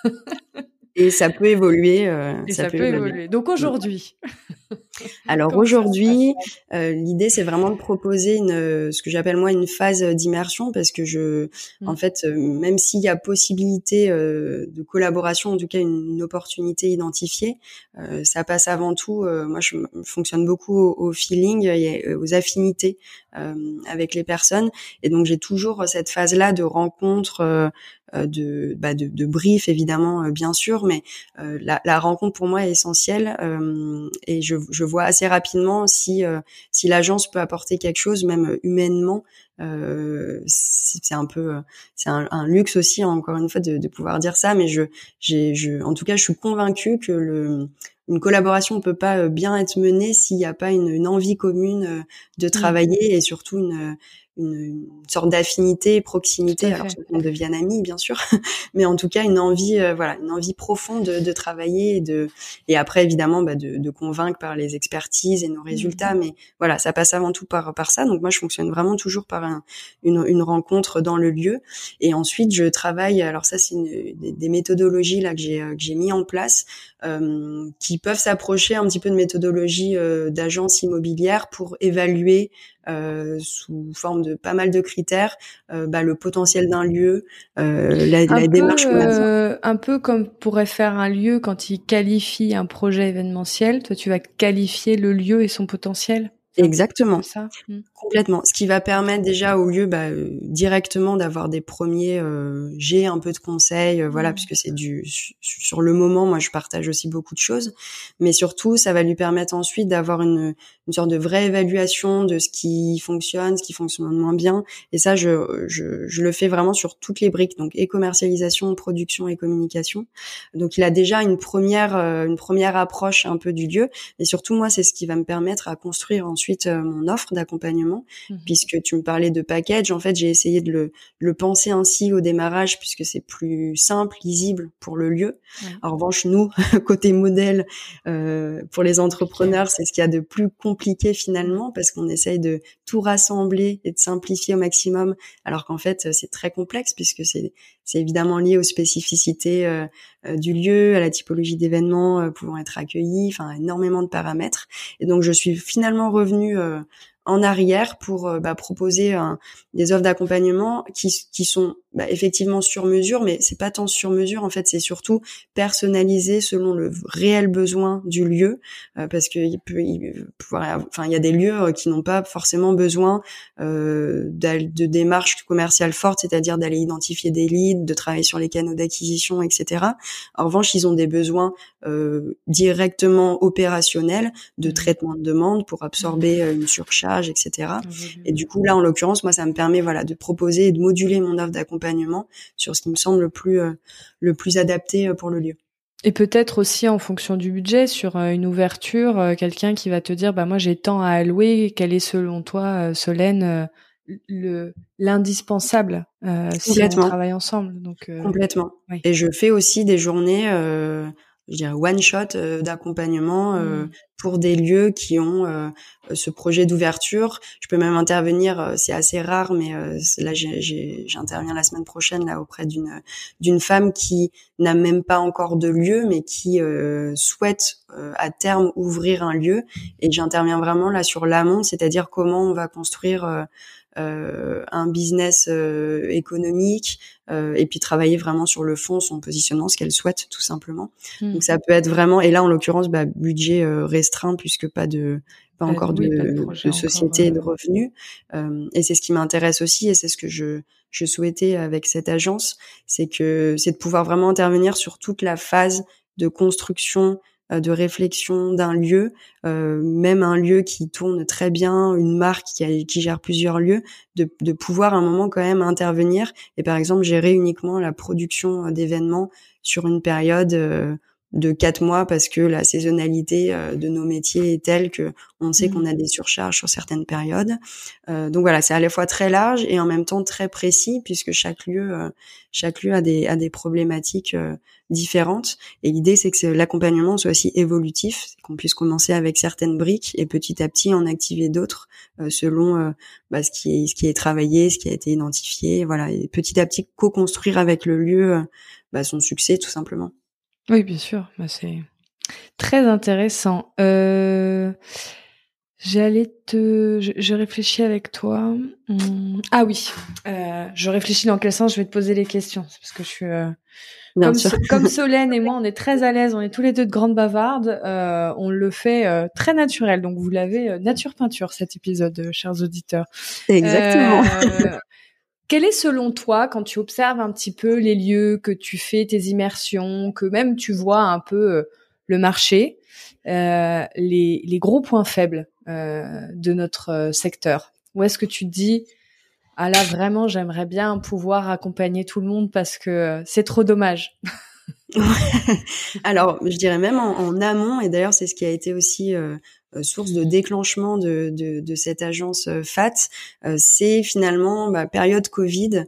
Et ça peut évoluer. Euh, et ça, ça peut peut évoluer. évoluer. Donc aujourd'hui. Alors Comment aujourd'hui, euh, l'idée c'est vraiment de proposer une, euh, ce que j'appelle moi une phase d'immersion, parce que je, mmh. en fait, euh, même s'il y a possibilité euh, de collaboration, en tout cas une, une opportunité identifiée, euh, ça passe avant tout. Euh, moi, je, je fonctionne beaucoup au, au feeling et aux affinités euh, avec les personnes, et donc j'ai toujours cette phase-là de rencontre. Euh, de bah de, de brief évidemment euh, bien sûr, mais euh, la, la rencontre pour moi est essentielle euh, et je, je vois assez rapidement si euh, si l'agence peut apporter quelque chose même humainement. Euh, c'est, c'est un peu c'est un, un luxe aussi encore une fois de, de pouvoir dire ça, mais je j'ai je en tout cas je suis convaincue que le une collaboration ne peut pas bien être menée s'il n'y a pas une, une envie commune de travailler mmh. et surtout une Une, une sorte d'affinité, proximité, alors qu'on devienne amis bien sûr, mais en tout cas une envie, euh, voilà, une envie profonde de, de travailler et de, et après évidemment bah, de, de convaincre par les expertises et nos résultats, mmh. mais voilà, ça passe avant tout par par ça. Donc moi je fonctionne vraiment toujours par un, une, une rencontre dans le lieu, et ensuite je travaille. Alors ça c'est une, des, des méthodologies là que j'ai que j'ai mis en place, euh, qui peuvent s'approcher un petit peu de méthodologie euh, d'agence immobilière pour évaluer Euh, sous forme de pas mal de critères, euh, bah, le potentiel d'un lieu, euh, la, la peu, démarche commerciale. Euh, un peu comme pourrait faire un lieu quand il qualifie un projet événementiel. Toi, tu vas qualifier le lieu et son potentiel. Exactement. Ça. Mmh. Complètement. Ce qui va permettre déjà au lieu bah, euh, directement d'avoir des premiers euh, jets un peu de conseils, euh, voilà, mmh. puisque c'est du sur le moment. Moi, je partage aussi beaucoup de choses, mais surtout, ça va lui permettre ensuite d'avoir une une sorte de vraie évaluation de ce qui fonctionne, ce qui fonctionne moins bien. Et ça, je je je le fais vraiment sur toutes les briques, donc et commercialisation, production et communication. Donc, il a déjà une première euh, une première approche un peu du lieu, et surtout moi, c'est ce qui va me permettre à construire ensuite Ensuite, euh, mon offre d'accompagnement, mmh. puisque tu me parlais de package. En fait, j'ai essayé de le, le penser ainsi au démarrage, puisque c'est plus simple, lisible pour le lieu. Ouais. En revanche, nous, côté modèle, euh, pour les entrepreneurs, c'est ce qu'il y a de plus compliqué finalement, parce qu'on essaye de tout rassembler et de simplifier au maximum, alors qu'en fait, c'est très complexe, puisque c'est, c'est évidemment lié aux spécificités euh, euh, du lieu, à la typologie d'événements euh, pouvant être accueillis, enfin énormément de paramètres. Et donc, je suis finalement revenue Euh, en arrière pour euh, bah, proposer un, des offres d'accompagnement qui, qui sont bah, effectivement sur mesure, mais c'est pas tant sur mesure en fait, c'est surtout personnalisé selon le réel besoin du lieu, euh, parce que il peut, il peut pouvoir, enfin il y a des lieux qui n'ont pas forcément besoin euh, de démarches commerciales fortes, c'est-à-dire d'aller identifier des leads, de travailler sur les canaux d'acquisition, et cetera. En revanche, ils ont des besoins euh, directement opérationnels de traitement de demande pour absorber euh, une surcharge, et cetera. Et du coup, là, en l'occurrence, moi, ça me permet, voilà, de proposer et de moduler mon offre d'accompagnement sur ce qui me semble le plus, euh, le plus adapté pour le lieu. Et peut-être aussi en fonction du budget, sur euh, une ouverture, euh, quelqu'un qui va te dire, bah moi j'ai tant à allouer. Quel est selon toi, euh, Solène, euh, le l'indispensable euh, si on Complètement. travaille ensemble. Donc euh, Complètement. oui. Et je fais aussi des journées, euh, je dirais one shot euh, d'accompagnement euh, Mmh. pour des lieux qui ont euh, ce projet d'ouverture. Je peux même intervenir, euh, c'est assez rare, mais euh, c'est- là j'ai, j'ai, j'interviens la semaine prochaine là auprès d'une d'une femme qui n'a même pas encore de lieu, mais qui euh, souhaite euh, à terme ouvrir un lieu. Et j'interviens vraiment là sur l'amont, c'est-à-dire comment on va construire euh, euh, un business euh, économique. Euh, et puis travailler vraiment sur le fond, son positionnement, ce qu'elle souhaite tout simplement. Mmh. Donc ça peut être vraiment, et là en l'occurrence, bah, budget euh, restreint puisque pas de pas Pas, encore de, oui, pas de projet de encore. société et de Euh... revenus. Euh, et c'est ce qui m'intéresse aussi, et c'est ce que je je souhaitais avec cette agence, c'est que c'est de pouvoir vraiment intervenir sur toute la phase de construction, euh, de réflexion d'un lieu, euh, même un lieu qui tourne très bien, une marque qui, a, qui gère plusieurs lieux, de, de pouvoir à un moment quand même intervenir et par exemple gérer uniquement la production d'événements sur une période euh, de quatre mois parce que la saisonnalité euh, de nos métiers est telle que on sait mmh. qu'on a des surcharges sur certaines périodes. Euh, donc voilà, c'est à la fois très large et en même temps très précis puisque chaque lieu, euh, chaque lieu a des a des problématiques euh, différentes. Et l'idée c'est que l'accompagnement soit aussi évolutif, qu'on puisse commencer avec certaines briques et petit à petit en activer d'autres euh, selon euh, bah, ce qui est ce qui est travaillé, ce qui a été identifié, voilà, et petit à petit co-construire avec le lieu euh, bah, son succès tout simplement. Oui, bien sûr, bah, c'est très intéressant. Euh... J'allais te, je, je réfléchis avec toi. Hum... Ah oui, euh, je réfléchis dans quel sens je vais te poser les questions, c'est parce que je suis euh... Bien comme sûr. so- comme Solène et moi, on est très à l'aise, on est tous les deux de grandes bavardes, euh, on le fait euh, très naturel. Donc vous l'avez euh, nature peinture cet épisode, euh, chers auditeurs. Exactement. Euh... Quel est selon toi, quand tu observes un petit peu les lieux, que tu fais tes immersions, que même tu vois un peu euh, le marché, euh, les, les gros points faibles euh, de notre euh, secteur? Où est-ce que tu te dis, ah là vraiment j'aimerais bien pouvoir accompagner tout le monde parce que euh, c'est trop dommage? Alors, je dirais même en, en amont, et d'ailleurs c'est ce qui a été aussi euh, source de déclenchement de, de, de cette agence euh, F A T, euh, c'est finalement bah, période Covid.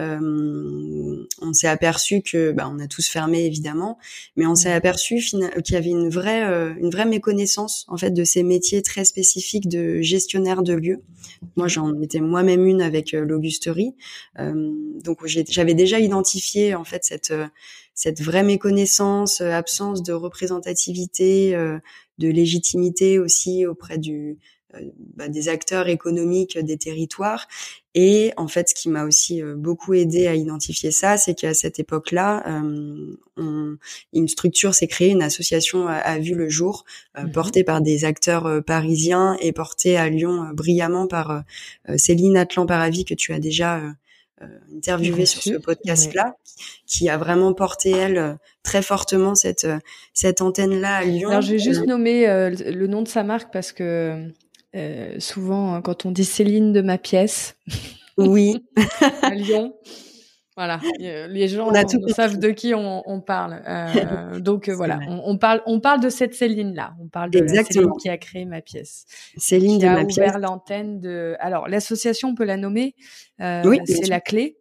Euh, on s'est aperçu que, bah, on a tous fermé évidemment, mais on s'est aperçu fina- qu'il y avait une vraie, euh, une vraie méconnaissance en fait de ces métiers très spécifiques de gestionnaire de lieux. Moi, j'en étais moi-même une avec euh, l'Augusterie, euh, donc j'ai, j'avais déjà identifié en fait cette euh, cette vraie méconnaissance, euh, absence de représentativité, euh, de légitimité aussi auprès du euh, bah, des acteurs économiques des territoires. Et en fait, ce qui m'a aussi euh, beaucoup aidé à identifier ça, c'est qu'à cette époque-là, euh, on, une structure s'est créée, une association a, a vu le jour, euh, mm-hmm. portée par des acteurs euh, parisiens et portée à Lyon euh, brillamment par euh, Céline Atlan-Paravi, que tu as déjà euh, euh, interviewée sur ce podcast-là, oui. qui, qui a vraiment porté, elle, très fortement cette, cette antenne-là à Lyon. Alors, je vais juste euh, nommer euh, le nom de sa marque parce que Euh, souvent, quand on dit Céline de ma pièce, oui, à Lyon, voilà, les gens savent de qui on, on parle. Euh, donc euh, voilà, on, on parle, on parle de cette Céline-là. On parle de Exactement. La Céline qui a créé ma pièce, Céline qui de a ma ouvert pièce. l'antenne de. Alors l'association, on peut la nommer. Euh, oui, c'est la clé.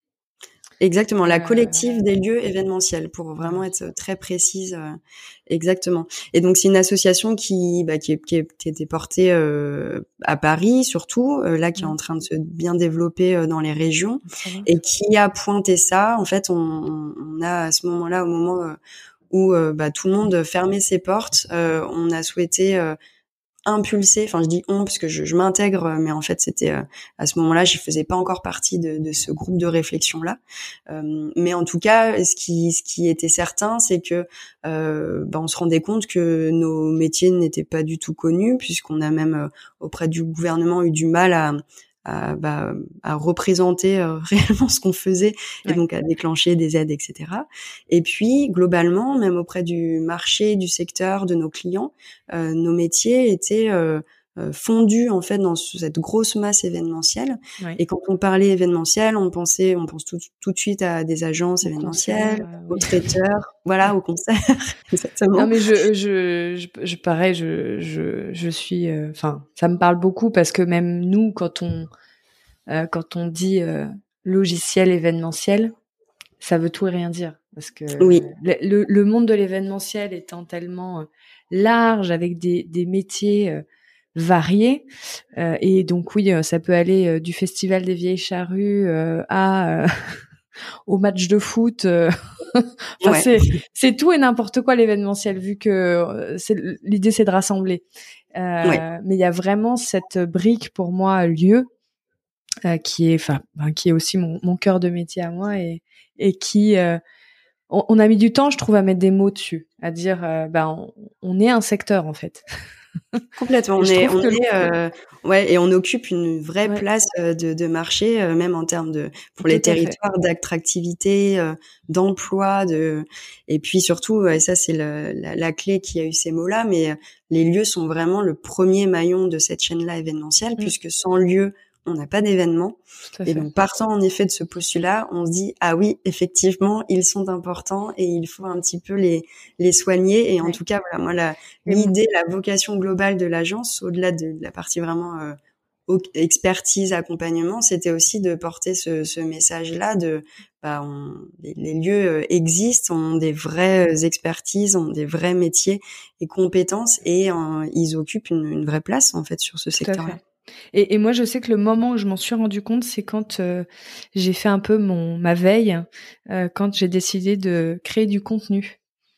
Exactement, la collective euh... des lieux événementiels, pour vraiment être très précise. Euh, exactement. Et donc c'est une association qui, bah, qui, qui, qui était portée euh, à Paris surtout, euh, là qui mmh. est en train de se bien développer euh, dans les régions, et qui a pointé ça. En fait, on, on a à ce moment-là, au moment euh, où euh, bah, tout le monde fermait ses portes, euh, on a souhaité euh, impulsé, enfin je dis on parce que je, je m'intègre, mais en fait c'était euh, à ce moment-là je faisais pas encore partie de, de ce groupe de réflexion là, euh, mais en tout cas ce qui ce qui était certain c'est que euh, ben, on se rendait compte que nos métiers n'étaient pas du tout connus puisqu'on a même euh, auprès du gouvernement eu du mal à à, bah, à représenter euh, réellement ce qu'on faisait et ouais. donc à déclencher des aides, et cetera. Et puis globalement, même auprès du marché, du secteur, de nos clients, euh, nos métiers étaient euh, euh, fondu en fait dans cette grosse masse événementielle. Ouais. Et quand on parlait événementiel, on pensait, on pense tout, tout de suite à des agences Au événementielles, concert, euh, aux oui. traiteurs, voilà, Ouais. au concert, exactement. Non mais je je je, je pareil, je je je suis, enfin, euh, ça me parle beaucoup parce que même nous, quand on euh, quand on dit euh, logiciel événementiel, ça veut tout et rien dire parce que Oui. le, le, le monde de l'événementiel étant tellement euh, large avec des des métiers euh, variés euh, et donc oui, euh, ça peut aller euh, du festival des vieilles charrues euh, à euh, au match de foot. Euh... enfin, Ouais. c'est c'est tout et n'importe quoi l'événementiel, vu que euh, c'est l'idée c'est de rassembler. Euh, Ouais. Mais il y a vraiment cette brique pour moi lieu euh, qui est, enfin, ben, qui est aussi mon, mon cœur de métier à moi et et qui euh, on, on a mis du temps, je trouve, à mettre des mots dessus, à dire, euh, ben, on, on est un secteur en fait. Complètement. Et On je est, trouve on que est, euh, ouais, et on occupe une vraie ouais, place euh, de, de marché, euh, même en termes de, pour les tout à fait. territoires, d'attractivité, euh, d'emploi, de, et puis surtout, et ça c'est le, la, la clé qui a eu ces mots-là, mais euh, les lieux sont vraiment le premier maillon de cette chaîne-là événementielle, Mm. puisque sans lieu, on n'a pas d'événement. Tout à Et fait. donc, partant en effet de ce postulat, on se dit, ah oui, effectivement, ils sont importants et il faut un petit peu les, les soigner. Et en Ouais. tout cas, voilà, moi, la, Et l'idée, la vocation globale de l'agence, au-delà de, de la partie vraiment euh, expertise, accompagnement, c'était aussi de porter ce, ce message-là de, bah, on, les, les lieux existent, ont des vraies expertises, ont des vrais métiers et compétences et euh, ils occupent une, une vraie place, en fait, sur ce tout secteur-là. à fait. Et, et moi, je sais que le moment où je m'en suis rendu compte, c'est quand euh, j'ai fait un peu mon ma veille, euh, quand j'ai décidé de créer du contenu,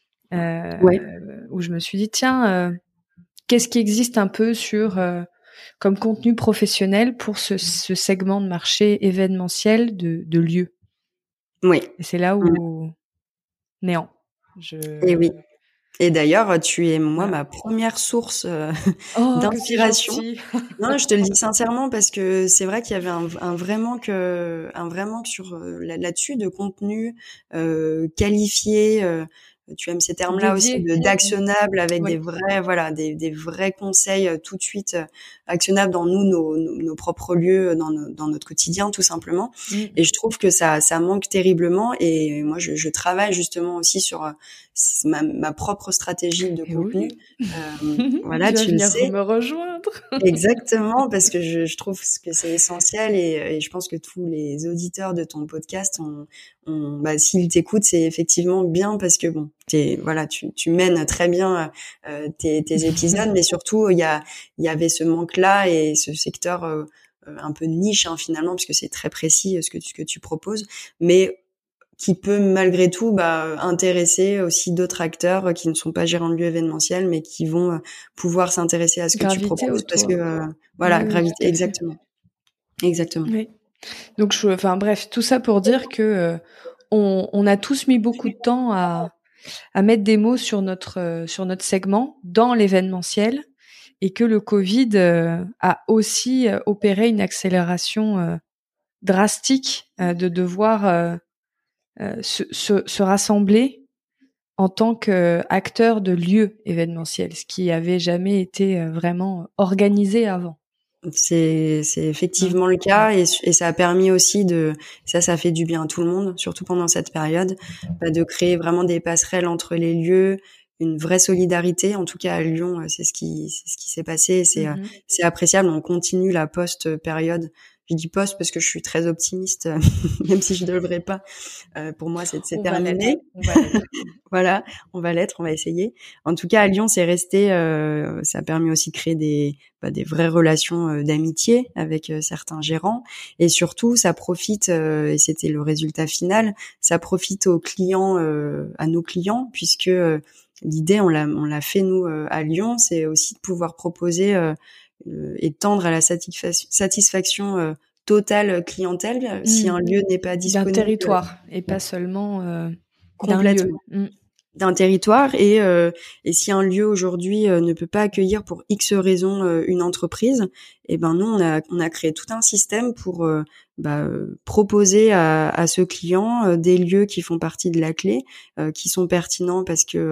euh, Ouais. où je me suis dit tiens, euh, qu'est-ce qui existe un peu sur euh, comme contenu professionnel pour ce, ce segment de marché événementiel de, de lieux. Oui. Et c'est là où néant. Je... Et oui. Et d'ailleurs, tu es moi voilà. ma première source euh, Oh, que c'est d'inspiration. gentil. Non, je te le dis sincèrement parce que c'est vrai qu'il y avait un, un vrai manque, euh, un vrai manque sur euh, là- là-dessus de contenu euh, qualifié. Euh, tu aimes ces termes-là aussi Dédié. de d'actionnables avec Oui. des vrais, voilà, des, des vrais conseils euh, tout de suite euh, actionnables dans nous, nos, nos, nos propres lieux, dans, nos, dans notre quotidien tout simplement. Mm. Et je trouve que ça, ça manque terriblement. Et moi, je, je travaille justement aussi sur euh, ma, ma propre stratégie de Et contenu. oui. Euh, voilà, Tu vas tu le venir sais. me rejoindre. Exactement, parce que je, je trouve que c'est essentiel et, et je pense que tous les auditeurs de ton podcast, ont, ont, bah, s'ils t'écoutent, c'est effectivement bien parce que bon, t'es, voilà, tu, tu mènes très bien euh, tes, tes épisodes, mais surtout il y a, il y avait ce manque-là et ce secteur euh, un peu niche hein, finalement, parce que c'est très précis ce que, ce que tu proposes, mais qui peut malgré tout bah, intéresser aussi d'autres acteurs qui ne sont pas gérants de lieux événementiels, mais qui vont pouvoir s'intéresser à ce que Graviter tu proposes autour. parce que euh, voilà, Oui, oui, gravité, exactement, exactement. Oui. Donc, je, enfin bref, tout ça pour dire que euh, on, on a tous mis beaucoup de temps à, à mettre des mots sur notre euh, sur notre segment dans l'événementiel et que le Covid euh, a aussi euh, opéré une accélération euh, drastique euh, de devoir euh, euh, se, se, se rassembler en tant qu'acteur de lieux événementiels, ce qui avait jamais été euh, vraiment organisé avant. C'est, c'est effectivement le cas et, et ça a permis aussi de, ça, ça fait du bien à tout le monde, surtout pendant cette période, bah, de créer vraiment des passerelles entre les lieux, une vraie solidarité. En tout cas, à Lyon, c'est ce qui, c'est ce qui s'est passé. C'est, mm-hmm. c'est appréciable. On continue la post-période. Je dis post parce que je suis très optimiste, même si je ne devrais pas. Euh, pour moi, c'est, c'est terminé. On va l'être. Voilà, on va l'être, on va essayer. En tout cas, à Lyon, c'est resté. Euh, ça a permis aussi de créer des, bah, des vraies relations euh, d'amitié avec euh, certains gérants. Et surtout, ça profite, euh, et c'était le résultat final, ça profite aux clients, euh, à nos clients, puisque euh, l'idée, on l'a, on l'a fait nous euh, à Lyon, c'est aussi de pouvoir proposer euh, euh, et tendre à la satisfaction, satisfaction euh, totale clientèle mmh. si un lieu n'est pas disponible. D'un territoire et pas seulement euh, complètement. D'un lieu. Mmh. D'un territoire et euh, et si un lieu aujourd'hui euh, ne peut pas accueillir pour X raisons euh, une entreprise, et ben nous on a on a créé tout un système pour euh, bah, proposer à, à ce client euh, des lieux qui font partie de la clé, euh, qui sont pertinents parce que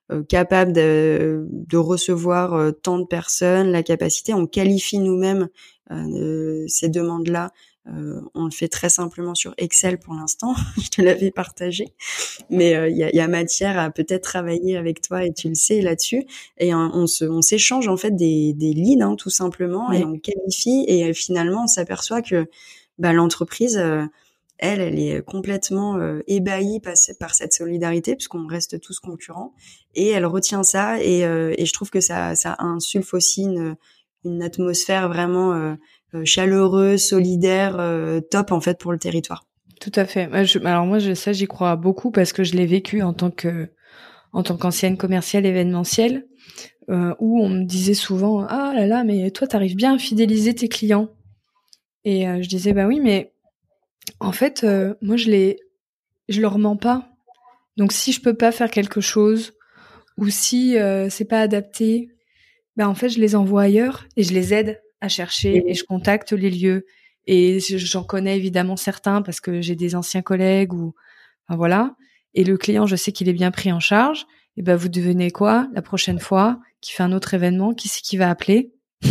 euh, capable de, de recevoir euh, tant de personnes, la capacité, on qualifie nous-mêmes euh, ces demandes-là. Euh, on le fait très simplement sur Excel pour l'instant, je te l'avais partagé, mais il euh, y, a, y a matière à peut-être travailler avec toi et tu le sais là-dessus. Et on, on se, on s'échange en fait des, des leads hein, tout simplement, oui. Et on qualifie et euh, finalement on s'aperçoit que bah, l'entreprise, euh, elle, elle est complètement euh, ébahie par, par cette solidarité puisqu'on reste tous concurrents et elle retient ça et, euh, et je trouve que ça, ça insuffle aussi une, une atmosphère vraiment euh, chaleureux, solidaire, euh, top en fait pour le territoire. Tout à fait. Je, alors moi, je, ça, j'y crois beaucoup parce que je l'ai vécu en tant que, en tant qu'ancienne commerciale événementielle, euh, où on me disait souvent, ah là là, mais toi, t'arrives bien à fidéliser tes clients. Et euh, je disais, bah oui, mais en fait, euh, moi, je les, je leur mens pas. Donc, si je peux pas faire quelque chose ou si euh, c'est pas adapté, bah en fait, je les envoie ailleurs et je les aide à chercher et je contacte les lieux. Et j'en connais évidemment certains parce que j'ai des anciens collègues ou enfin, voilà. Et le client, je sais qu'il est bien pris en charge. Et ben vous devenez quoi la prochaine fois qu'il fait un autre événement, qui c'est qui va appeler?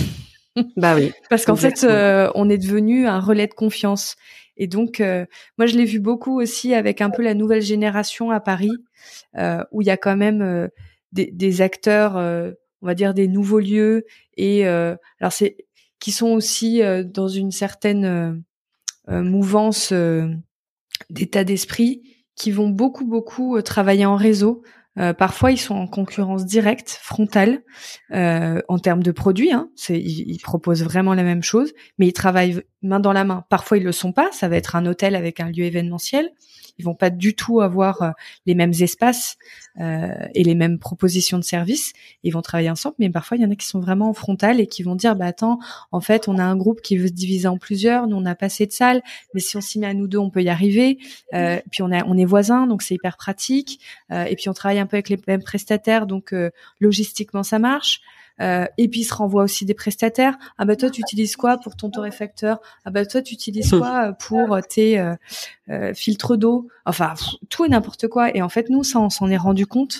Bah oui. Parce qu'en exactement. fait, euh, on est devenu un relais de confiance. Et donc, euh, moi, je l'ai vu beaucoup aussi avec un peu la nouvelle génération à Paris, euh, où il y a quand même euh, des, des acteurs, euh, on va dire des nouveaux lieux, et euh, alors c'est qui sont aussi euh, dans une certaine euh, euh, mouvance euh, d'état d'esprit, qui vont beaucoup beaucoup euh, travailler en réseau. Euh, parfois, ils sont en concurrence directe, frontale, euh, en termes de produits. Hein. C'est, ils, ils proposent vraiment la même chose, mais ils travaillent main dans la main. Parfois, ils le sont pas. Ça va être un hôtel avec un lieu événementiel. Ils vont pas du tout avoir euh, les mêmes espaces euh, et les mêmes propositions de services. Ils vont travailler ensemble, mais parfois, il y en a qui sont vraiment en frontal et qui vont dire, bah attends, en fait, on a un groupe qui veut se diviser en plusieurs. Nous, on n'a pas assez de salles, mais si on s'y met à nous deux, on peut y arriver. Euh, puis on, a, on est voisins, donc c'est hyper pratique. Euh, et puis on travaille un peu avec les mêmes prestataires, donc euh, logistiquement ça marche. Euh, et puis il se renvoie aussi des prestataires. Ah bah toi tu utilises quoi pour ton torréfacteur? Ah bah toi tu utilises quoi pour tes euh, euh, filtres d'eau? Enfin pff, tout et n'importe quoi. Et en fait nous ça on s'en est rendu compte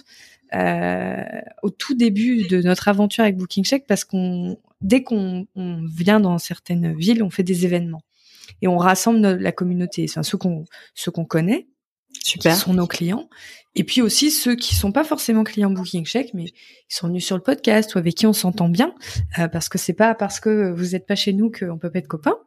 euh, au tout début de notre aventure avec Booking Check, parce qu'on dès qu'on on vient dans certaines villes, on fait des événements et on rassemble notre, la communauté, enfin ceux qu'on ceux qu'on connaît. Super. Qui sont nos clients, et puis aussi ceux qui sont pas forcément clients Booking Check, mais ils sont venus sur le podcast ou avec qui on s'entend bien, euh, parce que c'est pas parce que vous êtes pas chez nous qu'on peut pas être copains.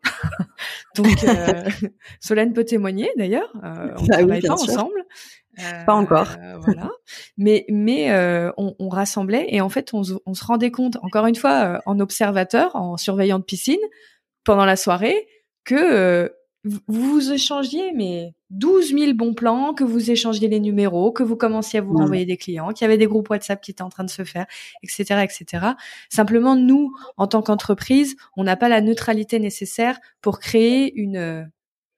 Donc euh, Solène peut témoigner d'ailleurs, euh, on bah travaille oui, pas sûr. ensemble. Euh, pas encore. Euh, voilà. Mais mais euh, on, on rassemblait et en fait on, on se rendait compte, encore une fois, euh, en observateur, en surveillant de piscine pendant la soirée, que euh, vous vous échangiez mais douze mille bons plans, que vous échangiez les numéros, que vous commenciez à vous mmh. renvoyer des clients, qu'il y avait des groupes WhatsApp qui étaient en train de se faire, et cetera, et cetera. Simplement, nous, en tant qu'entreprise, on n'a pas la neutralité nécessaire pour créer une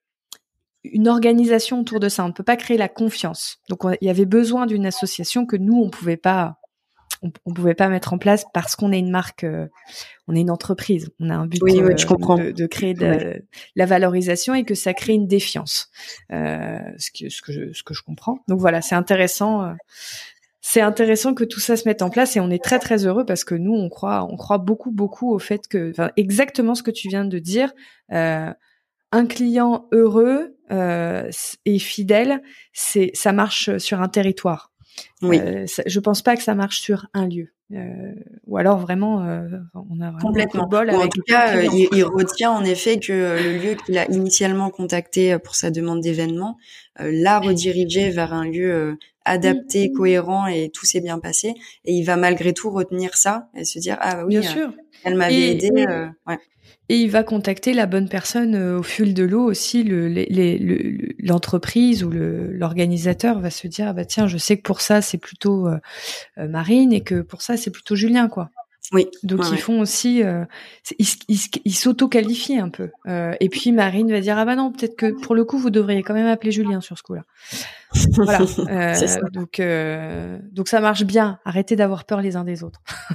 une organisation autour de ça. On ne peut pas créer la confiance. Donc, il y avait besoin d'une association que nous, on pouvait pas, on, on pouvait pas mettre en place parce qu'on est une marque, euh, on est une entreprise. On a un but oui, oui, euh, je comprends. De, de créer de, ouais. la valorisation et que ça crée une défiance. Euh, ce que, ce que je, ce que je comprends. Donc voilà, c'est intéressant. Euh, c'est intéressant que tout ça se mette en place et on est très très heureux parce que nous, on croit, on croit beaucoup beaucoup au fait que, enfin, exactement ce que tu viens de dire. Euh, un client heureux euh, et fidèle, c'est ça marche sur un territoire. Oui. Euh, ça, je pense pas que ça marche sur un lieu. Euh, ou alors vraiment, euh, on a vraiment complètement. Le bol Bon, avec en tout cas, euh, il, il retient en effet que le lieu qu'il a initialement contacté pour sa demande d'événement euh, l'a redirigé vers un lieu euh, adapté, mmh. cohérent et tout s'est bien passé. Et il va malgré tout retenir ça et se dire ah bah oui, bien euh, sûr. Elle m'avait et, aidé. Et... Euh, ouais. Et il va contacter la bonne personne euh, au fil de l'eau aussi. Le, les, les, le, l'entreprise ou le, l'organisateur va se dire ah bah tiens, je sais que pour ça c'est plutôt euh, euh, Marine et que pour ça c'est plutôt Julien quoi. Oui. Donc ouais, ils ouais. font aussi, euh, ils, ils, ils s'auto-qualifient un peu. Euh, et puis Marine va dire ah bah non, peut-être que pour le coup vous devriez quand même appeler Julien sur ce coup-là. Voilà. Euh, c'est ça. Donc euh, donc ça marche bien. Arrêtez d'avoir peur les uns des autres.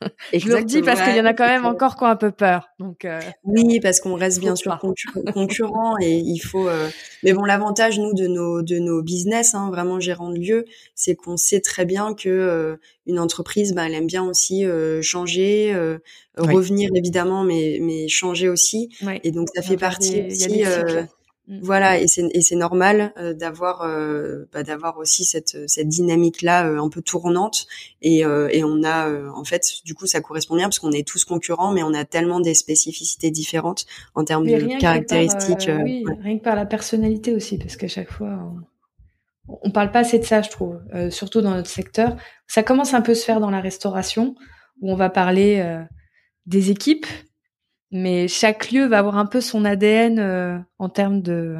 Je le redis parce ouais, qu'il y en a quand même encore qui ont un peu peur. Donc euh, oui, parce qu'on reste bien sûr concur- concurrents et il faut. Euh... Mais bon, l'avantage nous de nos de nos business, hein, vraiment gérants de lieux, c'est qu'on sait très bien que euh, une entreprise, bah, elle aime bien aussi euh, changer, euh, oui. revenir évidemment, mais mais changer aussi. Oui. Et donc ça fait partie des, aussi. Il y a des cycles. Euh, Voilà, et c'est et c'est normal euh, d'avoir euh, bah, d'avoir aussi cette cette dynamique là euh, un peu tournante et euh, et on a euh, en fait du coup ça correspond bien parce qu'on est tous concurrents mais on a tellement des spécificités différentes en termes mais de rien caractéristiques. Que par, euh, euh, oui, ouais. rien que par la personnalité aussi parce qu'à chaque fois on, on parle pas assez de ça, je trouve, euh, surtout dans notre secteur. Ça commence un peu à se faire dans la restauration où on va parler euh, des équipes. Mais chaque lieu va avoir un peu son A D N euh, en termes de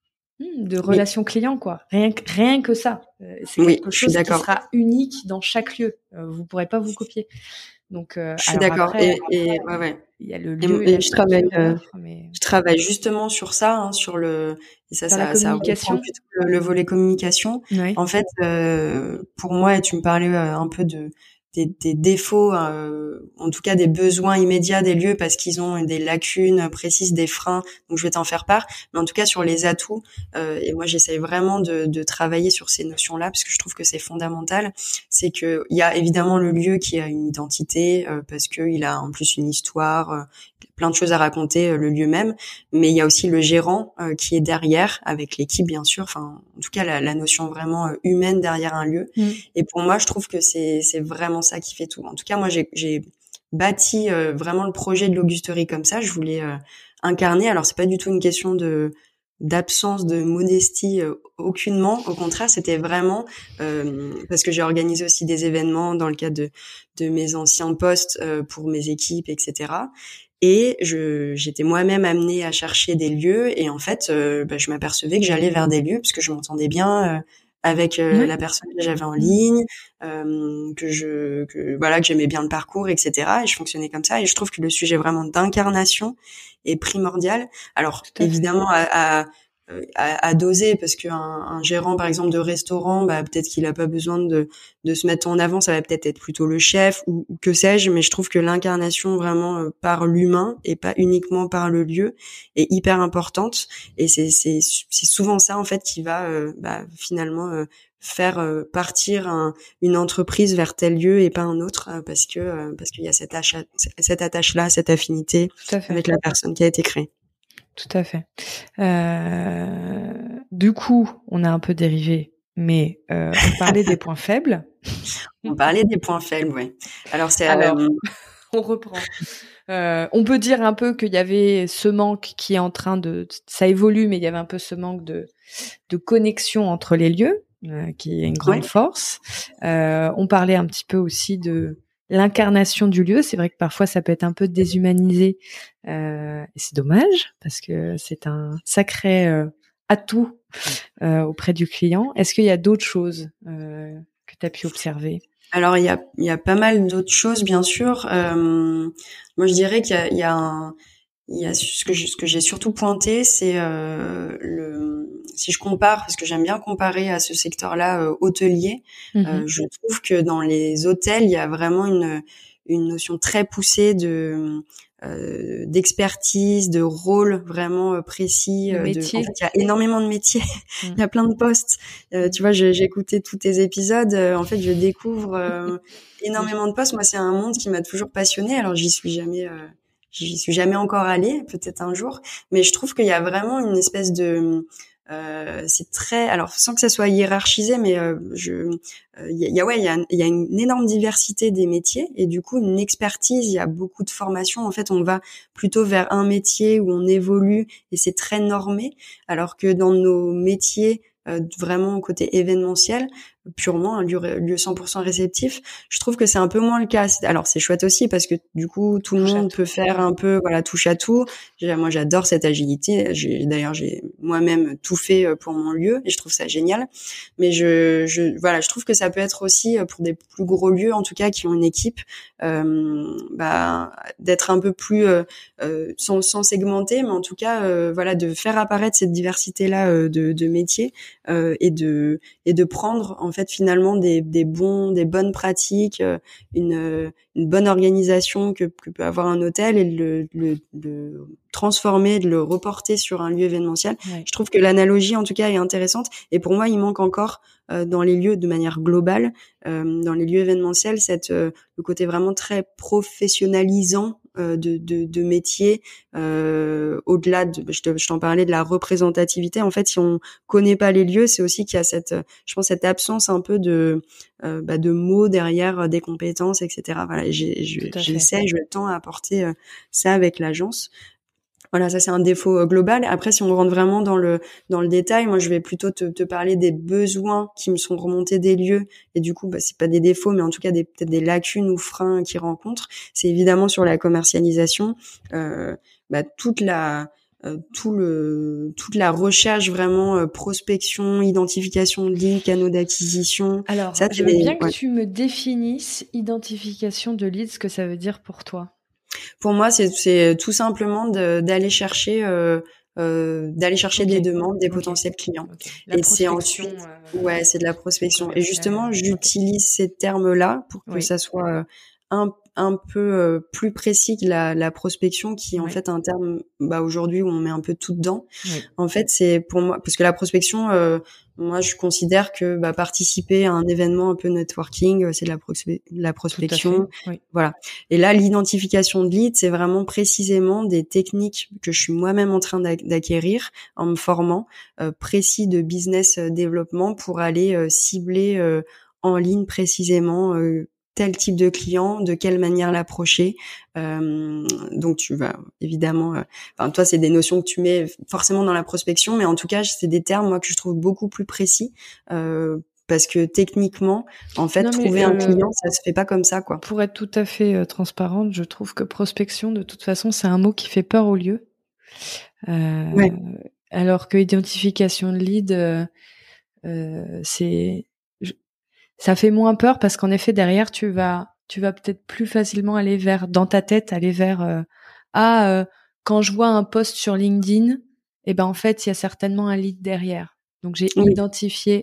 de relation oui. client, quoi. Rien que, rien que ça. Euh, c'est oui, quelque chose qui sera unique dans chaque lieu. Euh, vous pourrez pas vous copier. Donc, euh, je suis alors d'accord. Après, et, et ouais, ouais. Il y a le lieu et, et, et la je travaille, euh, mais... je travaille justement sur ça, hein, sur le et ça, Dans ça, la communication. ça plutôt le, le volet communication. Oui. En fait, euh, pour moi, et tu me parlais euh, un peu de Des, des défauts, euh, en tout cas des besoins immédiats des lieux parce qu'ils ont des lacunes précises, des freins. Donc je vais t'en faire part. Mais en tout cas sur les atouts, euh, et moi j'essaye vraiment de, de travailler sur ces notions-là parce que je trouve que c'est fondamental. C'est que il y a évidemment le lieu qui a une identité euh, parce que il a en plus une histoire, euh, plein de choses à raconter euh, le lieu même. Mais il y a aussi le gérant euh, qui est derrière avec l'équipe bien sûr. Enfin en tout cas la, la notion vraiment euh, humaine derrière un lieu. Mmh. Et pour moi je trouve que c'est c'est vraiment ça qui fait tout. En tout cas, moi, j'ai, j'ai bâti euh, vraiment le projet de l'Augusterie comme ça. Je voulais euh, incarner. Alors, c'est pas du tout une question de d'absence de modestie, euh, aucunement. Au contraire, c'était vraiment euh, parce que j'ai organisé aussi des événements dans le cadre de de mes anciens postes euh, pour mes équipes, et cetera. Et je, j'étais moi-même amenée à chercher des lieux. Et en fait, euh, bah, je m'apercevais que j'allais vers des lieux parce que je m'entendais bien. Euh, avec euh, oui. la personne que j'avais en ligne, euh, que je, que voilà, que j'aimais bien le parcours, et cetera. Et je fonctionnais comme ça. Et je trouve que le sujet vraiment d'incarnation est primordial. Alors évidemment à, à, à, à doser parce qu'un un gérant par exemple de restaurant, bah peut-être qu'il a pas besoin de de se mettre en avant. Ça va peut-être être plutôt le chef ou, ou que sais-je. Mais je trouve que l'incarnation vraiment euh, par l'humain et pas uniquement par le lieu est hyper importante. Et c'est c'est c'est souvent ça en fait qui va euh, bah, finalement euh, faire euh, partir un, une entreprise vers tel lieu et pas un autre euh, parce que euh, parce qu'il y a cette attache cette attache là, cette affinité avec la personne qui a été créée. Tout à fait. Euh, du coup, on a un peu dérivé, mais euh, on parlait des points faibles. On parlait des points faibles, oui. Alors c'est alors euh... on reprend. Euh, on peut dire un peu qu'il y avait ce manque qui est en train de, ça évolue, mais il y avait un peu ce manque de de connexion entre les lieux, euh, qui est une grande ouais. force. Euh, on parlait un petit peu aussi de l'incarnation du lieu. C'est vrai que parfois ça peut être un peu déshumanisé, euh, et c'est dommage parce que c'est un sacré euh, atout euh, auprès du client. Est-ce qu'il y a d'autres choses euh, que tu as pu observer? Alors il y a il y a pas mal d'autres choses bien sûr. Euh, moi je dirais qu'il y a il y a un, il y a ce que je, ce que j'ai surtout pointé, c'est euh, le si je compare parce que j'aime bien comparer à ce secteur-là euh, hôtelier. Mm-hmm. Euh, je trouve que dans les hôtels il y a vraiment une une notion très poussée de euh, d'expertise, de rôle vraiment euh, précis. De euh, métier. De, en fait, il y a énormément de métiers. Mm. Il y a plein de postes. Euh, tu vois, j'ai, j'ai écouté tous tes épisodes. Euh, en fait, je découvre euh, énormément de postes. Moi, c'est un monde qui m'a toujours passionnée. Alors, j'y suis jamais, euh, j'y suis jamais encore allée. Peut-être un jour, mais je trouve qu'il y a vraiment une espèce de Euh, c'est très, alors sans que ça soit hiérarchisé, mais euh, je, il euh, y, y a ouais, il y a, y a une énorme diversité des métiers et du coup une expertise. Il y a beaucoup de formations. En fait, on va plutôt vers un métier où on évolue et c'est très normé, alors que dans nos métiers euh, vraiment côté événementiel, purement un lieu, lieu cent pour cent réceptif, je trouve que c'est un peu moins le cas. Alors c'est chouette aussi parce que du coup tout le touche monde peut faire un peu voilà touche à tout. Moi j'adore cette agilité. J'ai, d'ailleurs j'ai moi-même tout fait pour mon lieu et je trouve ça génial. Mais je, je voilà, je trouve que ça peut être aussi pour des plus gros lieux en tout cas qui ont une équipe, euh, bah, d'être un peu plus euh, euh, sans, sans segmenter, mais en tout cas euh, voilà de faire apparaître cette diversité là euh, de, de métiers euh, et de et de prendre en fait fait finalement des, des bons, des bonnes pratiques, une, une bonne organisation que, que peut avoir un hôtel et le, le, le transformer, de le reporter sur un lieu événementiel. Ouais. Je trouve que l'analogie en tout cas est intéressante et pour moi il manque encore euh, dans les lieux de manière globale, euh, dans les lieux événementiels, cette euh, le côté vraiment très professionnalisant euh, de, de, de métier, euh, au-delà de, je, te, je t'en parlais de la représentativité. En fait, si on connaît pas les lieux, c'est aussi qu'il y a cette, je pense, cette absence un peu de euh, bah, de mots derrière des compétences, et cetera. Voilà, j'ai, je, j'essaie, je tends à apporter euh, ça avec l'agence. Voilà, ça c'est un défaut euh, global. Après, si on rentre vraiment dans le dans le détail, moi je vais plutôt te, te parler des besoins qui me sont remontés des lieux. Et du coup, bah, c'est pas des défauts, mais en tout cas des, peut-être des lacunes ou freins qu'ils rencontrent. C'est évidemment sur la commercialisation, euh, bah, toute la euh, tout le toute la recherche vraiment euh, prospection, identification de leads, canaux d'acquisition. Alors, ça, je veux des, bien que ouais. tu me définisses identification de leads, ce que ça veut dire pour toi. Pour moi, c'est, c'est tout simplement de, d'aller chercher, euh, euh, d'aller chercher okay. des demandes, des okay. potentiels clients. Okay. Et c'est ensuite, euh, ouais, c'est de la prospection. Et justement, j'utilise ces termes-là pour que oui. ça soit un, un peu euh, plus précis que la, la prospection, qui est en oui. fait un terme, bah aujourd'hui où on met un peu tout dedans. Oui. En fait, c'est pour moi, parce que la prospection. Euh, Moi, je considère que bah, participer à un événement un peu networking, c'est de la, prospe- de la prospection. Oui. Voilà. Et là, l'identification de leads, c'est vraiment précisément des techniques que je suis moi-même en train d'acquérir en me formant, euh, précis de business développement pour aller euh, cibler euh, en ligne précisément euh, tel type de client, de quelle manière l'approcher. Euh, donc tu vas évidemment, euh, enfin toi c'est des notions que tu mets forcément dans la prospection, mais en tout cas c'est des termes moi que je trouve beaucoup plus précis euh, parce que techniquement, en fait, non, trouver euh, un client, ça se fait pas comme ça, quoi. Pour être tout à fait euh, transparente, je trouve que prospection, de toute façon, c'est un mot qui fait peur au lieu. Euh, ouais. Alors que identification de lead, euh, euh, c'est ça fait moins peur parce qu'en effet derrière tu vas tu vas peut-être plus facilement aller vers dans ta tête aller vers euh, ah euh, quand je vois un post sur LinkedIn, et ben en fait il y a certainement un lead derrière. Donc j'ai oui. identifié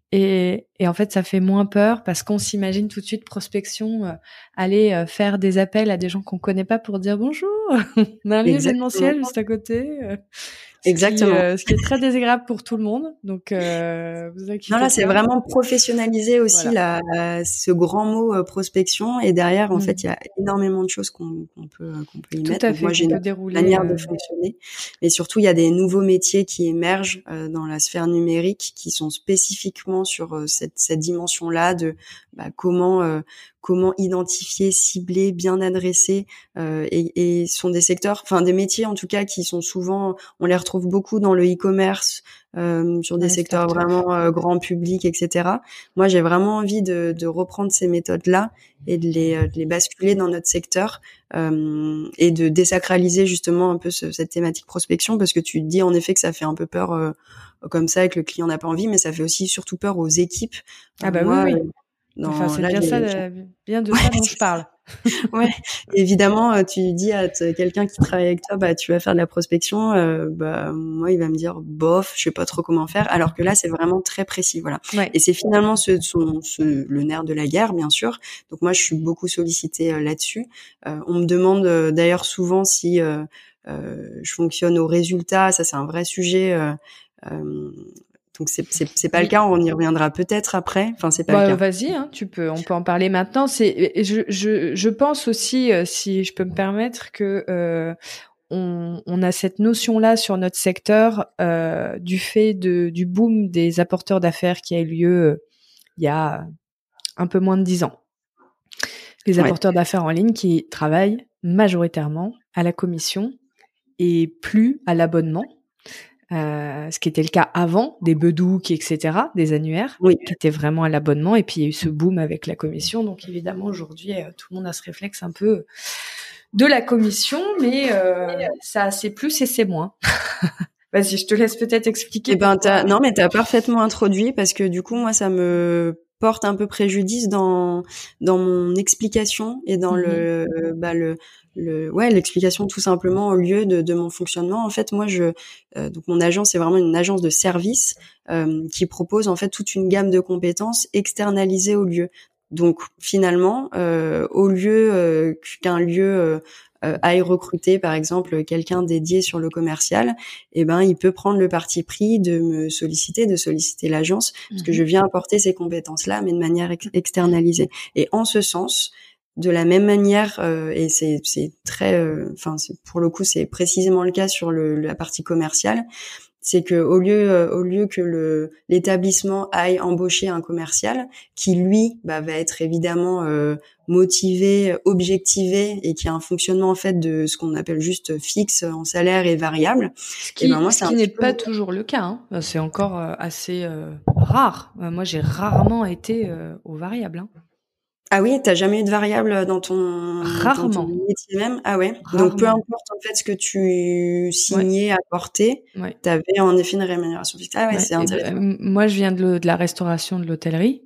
et et en fait ça fait moins peur parce qu'on s'imagine tout de suite prospection, euh, aller euh, faire des appels à des gens qu'on connaît pas pour dire bonjour, on a un lieu événementiel juste à côté. Euh. Ce Exactement. Qui, euh, ce qui est très désagréable pour tout le monde. Donc, euh, vous inquiétez non, là, pas. c'est vraiment professionnaliser aussi voilà. la, ce grand mot euh, prospection. Et derrière, en mmh. fait, il y a énormément de choses qu'on, qu'on peut, qu'on peut y tout mettre. À fait, moi, j'ai une dérouler, manière euh... de fonctionner. Et surtout, il y a des nouveaux métiers qui émergent euh, dans la sphère numérique qui sont spécifiquement sur euh, cette, cette dimension-là de bah, comment, euh, comment identifier, cibler, bien adresser. Euh, et, et sont des secteurs, enfin des métiers en tout cas qui sont souvent, on les retrouve beaucoup dans le e-commerce, euh, sur des secteurs startups. vraiment euh, grand public, et cetera. Moi, j'ai vraiment envie de, de reprendre ces méthodes-là et de les, de les basculer dans notre secteur euh, et de désacraliser justement un peu ce, cette thématique prospection, parce que tu dis en effet que ça fait un peu peur euh, comme ça et que le client n'a pas envie, mais ça fait aussi surtout peur aux équipes. Ah bah moi, oui, oui. Dans, enfin, c'est là, bien, ça, bien de ouais, ça dont je parle. Ouais, évidemment, tu dis à t- quelqu'un qui travaille avec toi, bah tu vas faire de la prospection, euh, bah moi il va me dire bof, je sais pas trop comment faire, alors que là c'est vraiment très précis, voilà. Ouais. Et c'est finalement ce, ce, ce le nerf de la guerre, bien sûr. Donc moi je suis beaucoup sollicitée euh, là-dessus. Euh, on me demande euh, d'ailleurs souvent si euh, euh, je fonctionne au résultat, ça c'est un vrai sujet. Euh, euh, Donc c'est c'est c'est pas oui. le cas, on y reviendra peut-être après. Enfin c'est pas bah, le cas. Vas-y, hein, tu peux, on peut en parler maintenant. C'est je je je pense aussi, euh, si je peux me permettre, que euh, on on a cette notion là sur notre secteur euh, du fait de du boom des apporteurs d'affaires qui a eu lieu euh, il y a un peu moins de dix ans. Les apporteurs ouais. d'affaires en ligne qui travaillent majoritairement à la commission et plus à l'abonnement. Euh, ce qui était le cas avant, des bedouks, et cetera, des annuaires, oui. qui étaient vraiment à l'abonnement. Et puis, il y a eu ce boom avec la commission. Donc, évidemment, aujourd'hui, euh, tout le monde a ce réflexe un peu de la commission, mais euh, ça, c'est plus et c'est moins. Vas-y, je te laisse peut-être expliquer. Eh ben, t'as, non, mais t'as parfaitement introduit parce que du coup, moi, ça me porte un peu préjudice dans dans mon explication et dans mmh. le bah le le ouais l'explication tout simplement au lieu de de mon fonctionnement. En fait, moi je euh, donc mon agence est vraiment une agence de service euh, qui propose en fait toute une gamme de compétences externalisées au lieu. Donc finalement, euh, au lieu euh, qu'un lieu euh, euh, aille recruter par exemple quelqu'un dédié sur le commercial, eh ben il peut prendre le parti pris de me solliciter, de solliciter l'agence, parce mmh. que je viens apporter ces compétences-là, mais de manière ex- externalisée. Et en ce sens, de la même manière, euh, et c'est, c'est très, enfin euh, pour le coup c'est précisément le cas sur le, la partie commerciale. C'est que au lieu euh, au lieu que le l'établissement aille embaucher un commercial qui lui bah, va être évidemment euh, motivé, objectivé et qui a un fonctionnement en fait de ce qu'on appelle juste fixe en salaire et variable. Ce qui, et ben moi, ce qui n'est peu... pas toujours le cas. Hein. C'est encore euh, assez euh, rare. Euh, moi, j'ai rarement été euh, au variable. Hein. Ah oui, t'as jamais eu de variable dans ton, Rarement. dans ton métier même? Ah ouais. Rarement. Donc peu importe en fait ce que tu signais, ouais. apportais, ouais. t'avais en effet une rémunération fixe. Ah ouais, ouais. c'est intéressant. Ben, moi, je viens de, le, de la restauration, de l'hôtellerie.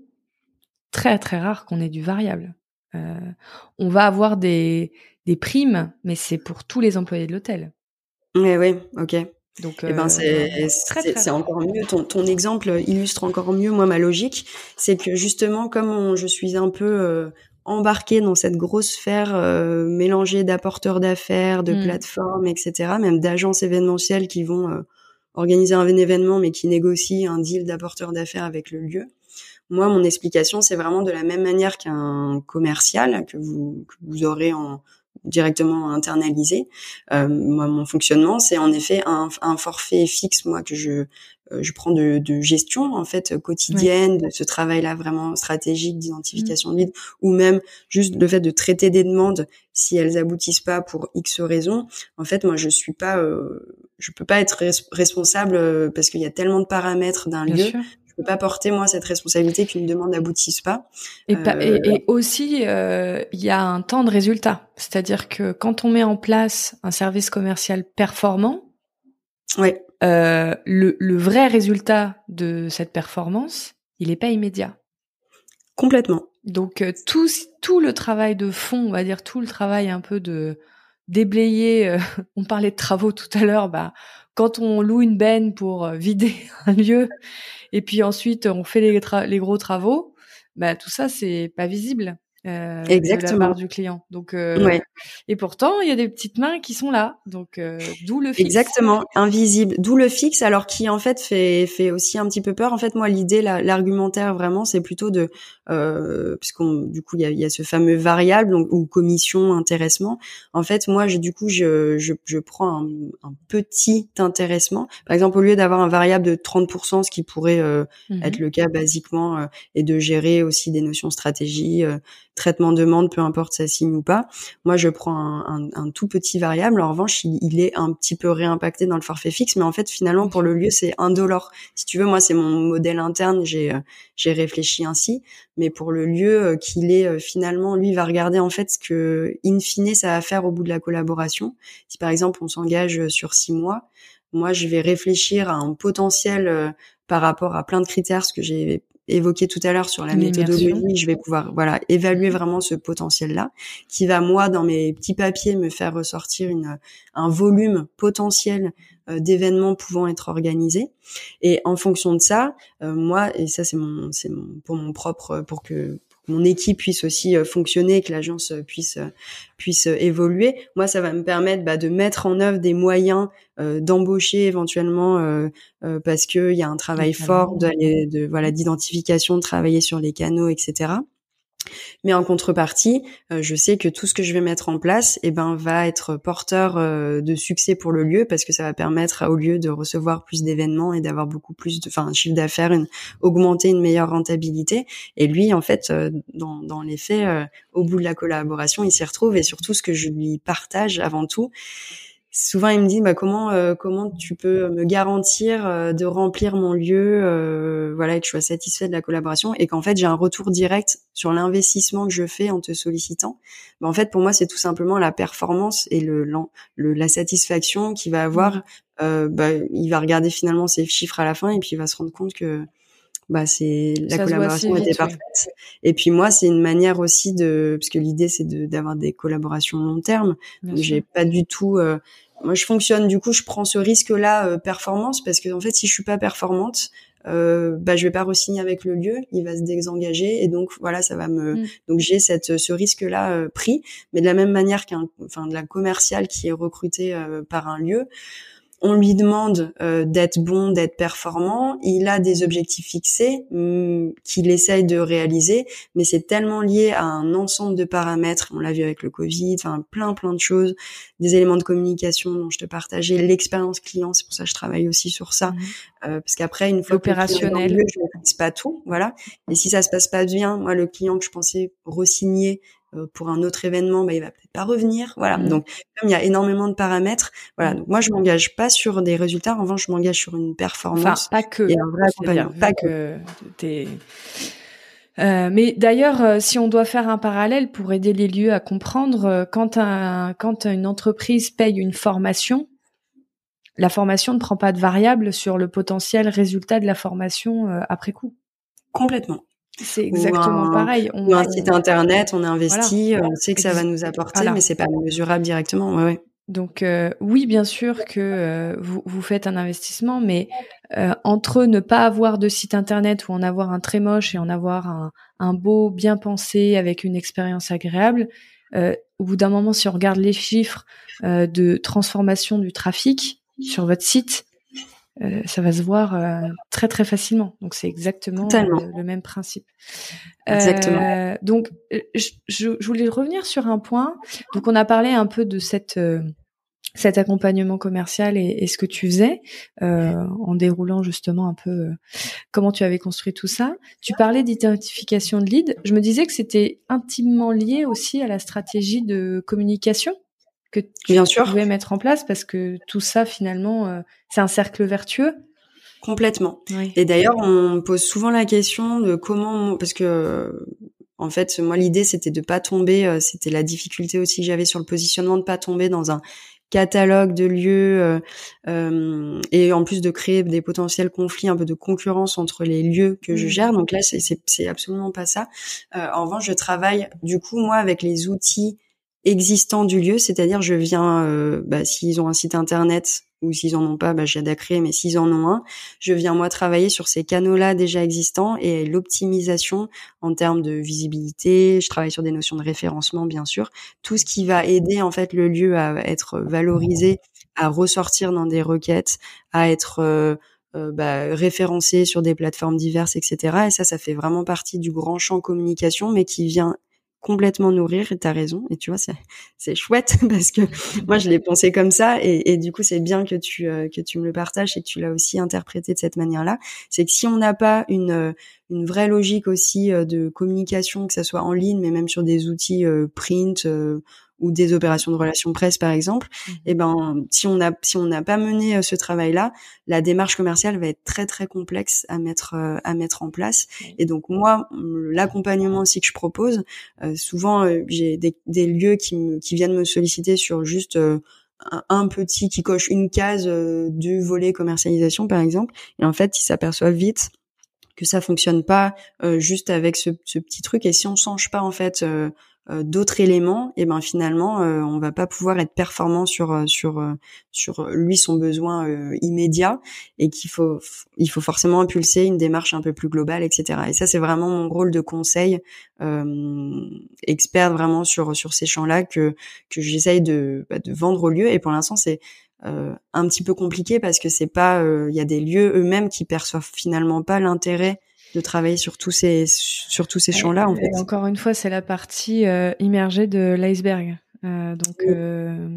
Très très rare qu'on ait du variable. Euh, on va avoir des des primes, mais c'est pour tous les employés de l'hôtel. Oui, oui, ok. Donc, eh ben euh, c'est très, c'est, très c'est encore mieux. Ton ton exemple illustre encore mieux moi ma logique. C'est que justement comme on, je suis un peu euh, embarquée dans cette grosse sphère euh, mélangée d'apporteurs d'affaires, de mmh. plateformes, et cetera, même d'agences événementielles qui vont euh, organiser un événement mais qui négocient un deal d'apporteur d'affaires avec le lieu. Moi, mon explication, c'est vraiment de la même manière qu'un commercial que vous que vous aurez en directement internalisé. Euh, moi, mon fonctionnement, c'est en effet un, un forfait fixe, moi que je euh, je prends de, de gestion en fait quotidienne, oui. de ce travail-là vraiment stratégique d'identification mmh. de lead, ou même juste le fait de traiter des demandes si elles aboutissent pas pour X raisons. En fait, moi, je suis pas, euh, je peux pas être res- responsable euh, parce qu'il y a tellement de paramètres d'un Bien lieu. Sûr. Je peux pas porter moi cette responsabilité qu'une demande n'aboutisse pas. Et, euh... pa- et, et aussi, il euh, y a un temps de résultat. C'est-à-dire que quand on met en place un service commercial performant, ouais. euh, le, le vrai résultat de cette performance, il est pas immédiat. Complètement. Donc euh, tout tout le travail de fond, on va dire tout le travail un peu de déblayer. Euh, on parlait de travaux tout à l'heure. Bah quand on loue une benne pour euh, vider un lieu. Et puis ensuite, on fait les, tra- les gros travaux. Bah tout ça, c'est pas visible euh, de la part du client. Donc, euh, ouais. Et pourtant, il y a des petites mains qui sont là. Donc, euh, d'où le fixe. Exactement, invisible. D'où le fixe, alors qui en fait fait fait aussi un petit peu peur. En fait, moi, l'idée, la, l'argumentaire vraiment, c'est plutôt de, euh, puisqu'on du coup, il y a, y a ce fameux variable donc, ou commission, intéressement. En fait, moi, je, du coup, je je, je prends un, un petit intéressement. Par exemple, au lieu d'avoir un variable de trente pour cent, ce qui pourrait euh, mm-hmm. être le cas basiquement, euh, et de gérer aussi des notions stratégie, euh, traitement de demande, peu importe ça signe ou pas. Moi, je prends un, un, un tout petit variable. En revanche, il, il est un petit peu réimpacté dans le forfait fixe, mais en fait, finalement, pour le lieu, c'est un dollar. Si tu veux, moi, c'est mon modèle interne. J'ai euh, j'ai réfléchi ainsi, mais pour le lieu, euh, qu'il est euh, finalement, lui, va regarder en fait ce que, in fine, ça va faire au bout de la collaboration. Si par exemple, on s'engage sur six mois, moi, je vais réfléchir à un potentiel euh, par rapport à plein de critères, ce que j'ai évoqué tout à l'heure sur la méthodologie, je vais pouvoir voilà évaluer vraiment ce potentiel-là, qui va moi dans mes petits papiers me faire ressortir une un volume potentiel euh, d'événements pouvant être organisés. Et en fonction de ça, euh, moi et ça c'est mon c'est mon pour mon propre pour que mon équipe puisse aussi euh, fonctionner, que l'agence euh, puisse euh, puisse euh, évoluer. Moi, ça va me permettre bah, de mettre en œuvre des moyens euh, d'embaucher éventuellement euh, euh, parce que il y a un travail fort de, de voilà d'identification, de travailler sur les canaux, et cetera. Mais en contrepartie, euh, je sais que tout ce que je vais mettre en place, eh ben, va être porteur euh, de succès pour le lieu parce que ça va permettre au lieu de recevoir plus d'événements et d'avoir beaucoup plus de, enfin, un chiffre d'affaires, une, augmenter une meilleure rentabilité. Et lui, en fait, euh, dans, dans les faits, euh, au bout de la collaboration, il s'y retrouve et surtout ce que je lui partage avant tout. Souvent, il me dit bah comment euh, comment tu peux me garantir euh, de remplir mon lieu, euh, voilà, et que je sois satisfait de la collaboration et qu'en fait j'ai un retour direct sur l'investissement que je fais en te sollicitant. Bah, en fait, pour moi, c'est tout simplement la performance et le, le la satisfaction qu'il va avoir. Mmh. Euh, bah, il va regarder finalement ses chiffres à la fin et puis il va se rendre compte que bah c'est la Ça collaboration vite, était parfaite. Oui. Et puis moi, c'est une manière aussi de, parce que l'idée c'est de d'avoir des collaborations long terme. Bien donc sûr. J'ai pas du tout. Euh, moi, je fonctionne. Du coup, je prends ce risque-là euh, performance parce que en fait, si je suis pas performante, euh, bah je vais pas re-signer avec le lieu. Il va se désengager et donc voilà, ça va me. Mm. Donc j'ai cette ce risque-là euh, pris. Mais de la même manière qu'un, enfin de la commerciale qui est recrutée euh, par un lieu. On lui demande euh, d'être bon, d'être performant. Il a des objectifs fixés hum, qu'il essaye de réaliser, mais c'est tellement lié à un ensemble de paramètres. On l'a vu avec le Covid, enfin plein plein de choses, des éléments de communication dont je te partageais, l'expérience client. C'est pour ça que je travaille aussi sur ça, mmh. euh, parce qu'après une fois que le client est dans le lieu, je ne maîtrise pas tout, voilà. Et si ça se passe pas bien, moi le client que je pensais re-signer pour un autre événement, bah il va peut-être pas revenir, voilà. Mmh. Donc comme il y a énormément de paramètres, voilà. Donc moi je m'engage pas sur des résultats, en revanche je m'engage sur une performance. Enfin pas que. Et un vrai accompagnement. Pas que. que t'es... Euh, mais d'ailleurs, euh, si on doit faire un parallèle pour aider les lieux à comprendre, euh, quand un quand une entreprise paye une formation, la formation ne prend pas de variable sur le potentiel résultat de la formation euh, après coup. Complètement. C'est exactement ou un, pareil. On, ou un site internet, on a investi, voilà. On sait que ça va nous apporter, voilà. Mais c'est pas mesurable directement. Ouais, ouais. Donc euh, oui, bien sûr que euh, vous, vous faites un investissement, mais euh, entre ne pas avoir de site internet ou en avoir un très moche et en avoir un, un beau, bien pensé, avec une expérience agréable, euh, au bout d'un moment, si on regarde les chiffres euh, de transformation du trafic sur votre site, Euh, ça va se voir euh, très très facilement. Donc c'est exactement le, le même principe. Exactement. Euh, donc je, je, je voulais revenir sur un point. Donc on a parlé un peu de cette euh, cet accompagnement commercial et, et ce que tu faisais euh, en déroulant justement un peu euh, comment tu avais construit tout ça. Tu parlais d'identification de lead. Je me disais que c'était intimement lié aussi à la stratégie de communication que tu Bien sûr. pouvais mettre en place parce que tout ça finalement euh, c'est un cercle vertueux. Complètement. Oui. Et d'ailleurs on me pose souvent la question de comment, parce que en fait moi l'idée c'était de pas tomber, c'était la difficulté aussi que j'avais sur le positionnement, de pas tomber dans un catalogue de lieux euh, euh, et en plus de créer des potentiels conflits, un peu de concurrence entre les lieux que mmh. je gère. Donc là c'est, c'est, c'est absolument pas ça. Euh, en revanche je travaille du coup moi avec les outils existants du lieu, c'est-à-dire je viens, euh, bah, s'ils ont un site internet ou s'ils en ont pas, bah, j'aide à créer, mais s'ils en ont un, je viens moi travailler sur ces canaux-là déjà existants et l'optimisation en termes de visibilité. Je travaille sur des notions de référencement, bien sûr, tout ce qui va aider en fait le lieu à être valorisé, à ressortir dans des requêtes, à être euh, euh, bah, référencé sur des plateformes diverses, et cetera. Et ça, ça fait vraiment partie du grand champ communication, mais qui vient complètement nourrir, et t'as raison, et tu vois c'est c'est chouette parce que moi je l'ai pensé comme ça et, et du coup c'est bien que tu euh, que tu me le partages et que tu l'as aussi interprété de cette manière-là. C'est que si on n'a pas une une vraie logique aussi de communication, que ça soit en ligne mais même sur des outils euh, print euh, ou des opérations de relations presse par exemple, mmh. et ben si on a si on n'a pas mené euh, ce travail-là, la démarche commerciale va être très très complexe à mettre euh, à mettre en place. Et donc moi l'accompagnement aussi que je propose, euh, souvent euh, j'ai des, des lieux qui me, qui viennent me solliciter sur juste euh, un, un petit qui coche une case euh, du volet commercialisation par exemple, et en fait ils s'aperçoivent vite que ça fonctionne pas euh, juste avec ce, ce petit truc, et si on change pas en fait euh, Euh, d'autres éléments, et ben finalement euh, on va pas pouvoir être performant sur euh, sur euh, sur lui son besoin euh, immédiat, et qu'il faut il faut forcément impulser une démarche un peu plus globale, et cetera. Et ça c'est vraiment mon rôle de conseil euh, expert vraiment sur sur ces champs-là que que j'essaye de bah, de vendre au lieu. Et pour l'instant c'est euh, un petit peu compliqué parce que c'est pas il euh, y a des lieux eux-mêmes qui perçoivent finalement pas l'intérêt de travailler sur tous ces sur tous ces champs-là en fait. Et encore une fois, c'est la partie euh, immergée de l'iceberg. Euh, donc oui. euh,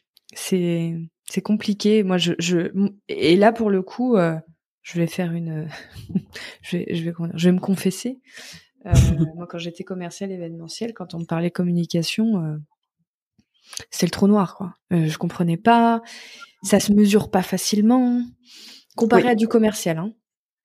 c'est c'est compliqué. Moi, je je et là pour le coup, euh, je vais faire une, je vais je vais je vais me confesser. Euh, moi, quand j'étais commercial événementiel, quand on me parlait communication, euh, c'est le trou noir quoi. Euh, je comprenais pas. Ça se mesure pas facilement comparé oui. à du commercial. Hein.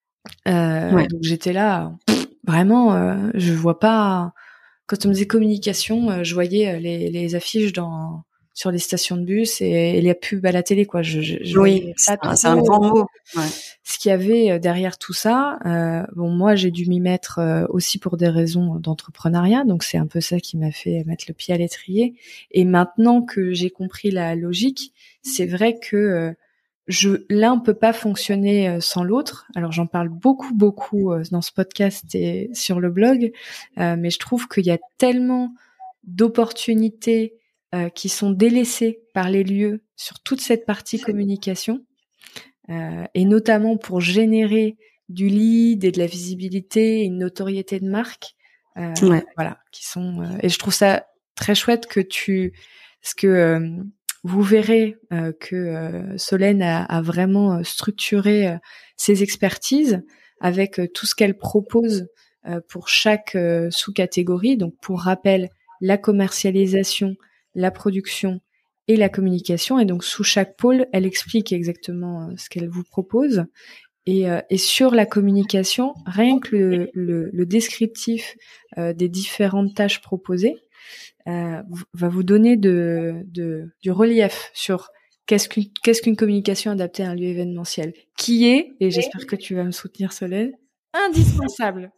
Euh, ouais. Donc j'étais là. Vraiment, euh, je vois pas. Quand on me disait communication, euh, je voyais les, les affiches dans sur les stations de bus et, et les pubs à la télé, quoi. Je, je, je oui, c'est un, c'est un grand mot. Ouais. Ce qu'il y avait derrière tout ça. Euh, bon, moi, j'ai dû m'y mettre euh, aussi pour des raisons d'entrepreneuriat, donc c'est un peu ça qui m'a fait mettre le pied à l'étrier. Et maintenant que j'ai compris la logique, c'est vrai que euh, je l'un peut pas fonctionner sans l'autre. Alors j'en parle beaucoup, beaucoup dans ce podcast et sur le blog, euh, mais je trouve qu'il y a tellement d'opportunités euh, qui sont délaissées par les lieux sur toute cette partie communication, euh, et notamment pour générer du lead et de la visibilité et une notoriété de marque, euh, ouais. voilà, qui sont. Euh, et je trouve ça très chouette que tu, parce que euh, vous verrez euh, que euh, Solène a, a vraiment structuré euh, ses expertises avec euh, tout ce qu'elle propose euh, pour chaque euh, sous-catégorie. Donc, pour rappel, la commercialisation, la production et la communication. Et donc, sous chaque pôle, elle explique exactement euh, ce qu'elle vous propose. Et, euh, et sur la communication, rien que le, le, le descriptif euh, des différentes tâches proposées euh, va vous donner de, de, du relief sur qu'est-ce qu'une, qu'est-ce qu'une communication adaptée à un lieu événementiel, qui est, et j'espère que tu vas me soutenir Solène, indispensable.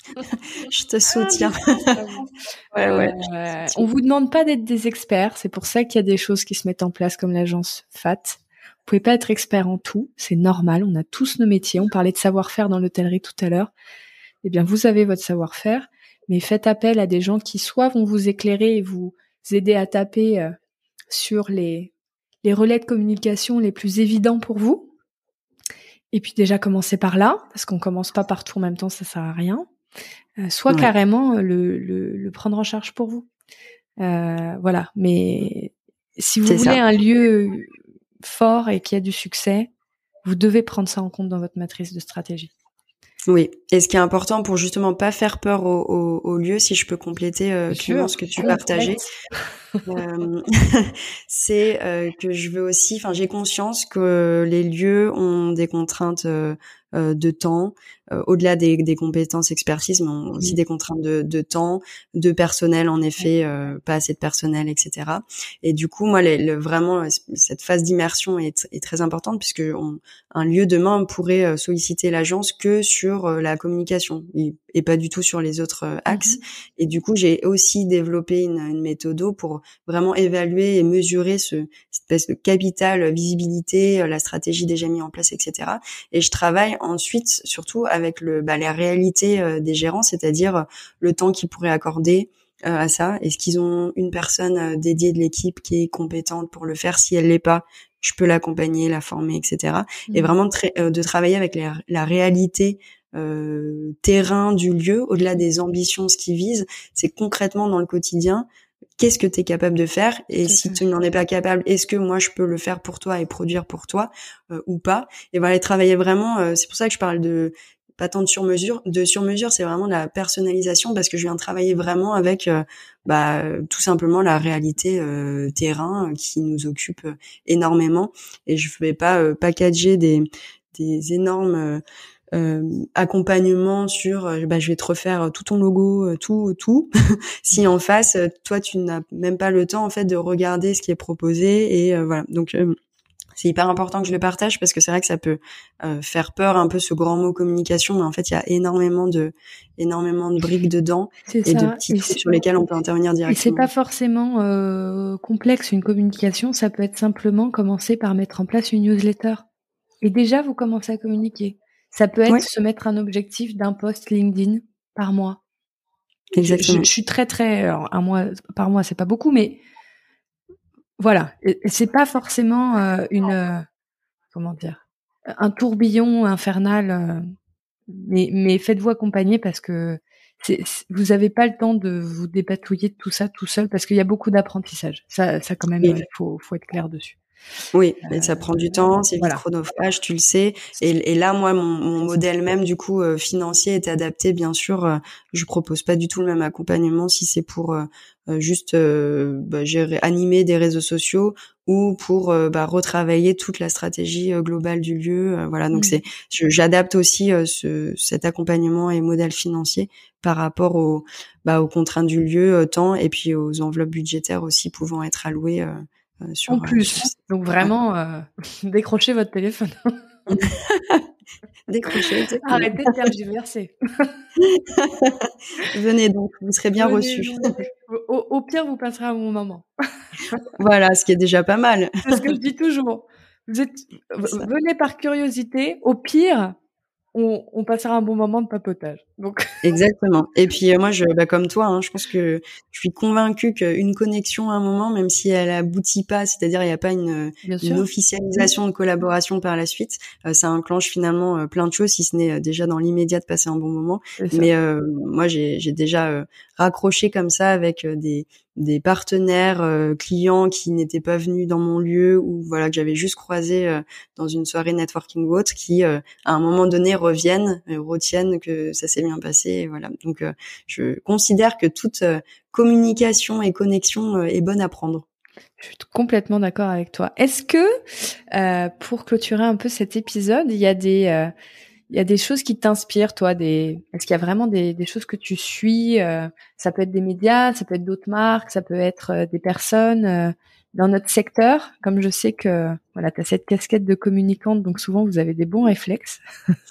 Je te soutiens. ouais, ouais, euh, on vous demande pas d'être des experts, c'est pour ça qu'il y a des choses qui se mettent en place comme l'agence F A T. Vous pouvez pas être expert en tout, c'est normal, on a tous nos métiers, on parlait de savoir-faire dans l'hôtellerie tout à l'heure. Eh bien, vous avez votre savoir-faire, mais faites appel à des gens qui soit vont vous éclairer et vous aider à taper euh, sur les, les relais de communication les plus évidents pour vous. Et puis déjà, commencez par là, parce qu'on commence pas partout en même temps, ça sert à rien. Euh, soit ouais. carrément le, le, le prendre en charge pour vous. Euh, voilà, mais si vous C'est voulez ça. un lieu fort et qui a du succès, vous devez prendre ça en compte dans votre matrice de stratégie. Oui, et ce qui est important pour justement pas faire peur au, au, au lieu, si je peux compléter euh, Clément, ce que tu partageais, euh, c'est euh, que je veux aussi, enfin j'ai conscience que les lieux ont des contraintes euh, euh, de temps, euh, au-delà des, des compétences expertise, mais ont aussi des contraintes de, de temps, de personnel en effet, euh, pas assez de personnel, et cetera. Et du coup, moi, les, le, vraiment cette phase d'immersion est, est très importante puisque on, un lieu demain pourrait solliciter l'agence que sur euh, la communication et, et pas du tout sur les autres euh, axes. Mm-hmm. Et du coup, j'ai aussi développé une, une méthode pour vraiment évaluer et mesurer ce cette espèce de capital visibilité, la stratégie déjà mise en place, et cetera. Et je travaille ensuite surtout avec le bah, la réalité euh, des gérants, c'est-à-dire le temps qu'ils pourraient accorder euh, à ça. Est-ce qu'ils ont une personne euh, dédiée de l'équipe qui est compétente pour le faire? Si elle l'est pas, je peux l'accompagner, la former, et cetera. Mmh. Et vraiment de, tra- euh, de travailler avec la, la réalité euh, terrain du lieu, au-delà des ambitions, ce qu'ils visent, c'est concrètement dans le quotidien. Qu'est-ce que tu es capable de faire? Et Tout si tu n'en es pas capable, est-ce que moi je peux le faire pour toi et produire pour toi euh, ou pas? Et voilà, travailler vraiment, euh, c'est pour ça que je parle de pas tant de sur-mesure, de sur-mesure, c'est vraiment la personnalisation parce que je viens travailler vraiment avec euh, bah tout simplement la réalité euh, terrain euh, qui nous occupe euh, énormément et je vais pas euh, packager des des énormes euh, Euh, accompagnement sur euh, bah je vais te refaire tout ton logo, euh, tout tout si en face euh, toi tu n'as même pas le temps en fait de regarder ce qui est proposé et euh, voilà donc euh, c'est hyper important que je le partage parce que c'est vrai que ça peut euh, faire peur un peu ce grand mot communication mais en fait il y a énormément de énormément de briques dedans c'est et ça. de petits et trucs sur lesquels on peut intervenir directement. Et c'est pas forcément euh, complexe une communication, ça peut être simplement commencer par mettre en place une newsletter et déjà vous commencez à communiquer. Ça peut être ouais. se mettre un objectif d'un post LinkedIn par mois. Exactement. Je, je, je suis très très alors, un mois par mois, c'est pas beaucoup, mais voilà, c'est pas forcément euh, une euh, comment dire un tourbillon infernal, euh, mais mais faites-vous accompagner parce que c'est, c'est, vous avez pas le temps de vous dépatouiller de tout ça tout seul parce qu'il y a beaucoup d'apprentissage. Ça, ça quand même, il oui. faut faut être clair dessus. Oui, et ça prend du temps, c'est voilà. vite chronophage, tu le sais. Et, et là, moi, mon, mon modèle même, du coup, euh, financier est adapté, bien sûr. Euh, je propose pas du tout le même accompagnement si c'est pour euh, juste euh, bah, gérer, animer des réseaux sociaux ou pour euh, bah, retravailler toute la stratégie euh, globale du lieu. Euh, voilà, donc mmh. c'est, je, j'adapte aussi euh, ce, cet accompagnement et modèle financier par rapport au, bah, aux contraintes du lieu, euh, temps et puis aux enveloppes budgétaires aussi pouvant être allouées. Euh, euh, sur. En plus, sur... donc vraiment, ouais. euh, décrochez votre téléphone. Décrocher. Arrêtez de tergiverser. Venez donc, vous serez bien reçus. Au, au pire, vous passerez un bon moment. Voilà, ce qui est déjà pas mal. C'est ce que je dis toujours. Vous êtes, venez par curiosité. Au pire, on, on passera un bon moment de papotage. Donc. Exactement. Et puis euh, moi, je, bah, comme toi, hein, je pense que je suis convaincue qu'une connexion à un moment, même si elle aboutit pas, c'est-à-dire il n'y a pas une, une officialisation de collaboration par la suite, euh, ça enclenche finalement euh, plein de choses, si ce n'est euh, déjà dans l'immédiat de passer un bon moment. Mais euh, moi, j'ai, j'ai déjà euh, raccroché comme ça avec euh, des des partenaires euh, clients qui n'étaient pas venus dans mon lieu ou voilà que j'avais juste croisé euh, dans une soirée networking ou autre, qui euh, à un moment donné reviennent, euh, retiennent que ça s'est bien passé. Et voilà. Donc euh, je considère que toute euh, communication et connexion euh, est bonne à prendre. Je suis complètement d'accord avec toi. Est-ce que euh, pour clôturer un peu cet épisode, il y a des euh, il y a des choses qui t'inspirent, toi, des est-ce qu'il y a vraiment des, des choses que tu suis euh, ça peut être des médias, ça peut être d'autres marques, ça peut être euh, des personnes euh, dans notre secteur, comme je sais que voilà, tu as cette casquette de communicante, donc souvent vous avez des bons réflexes.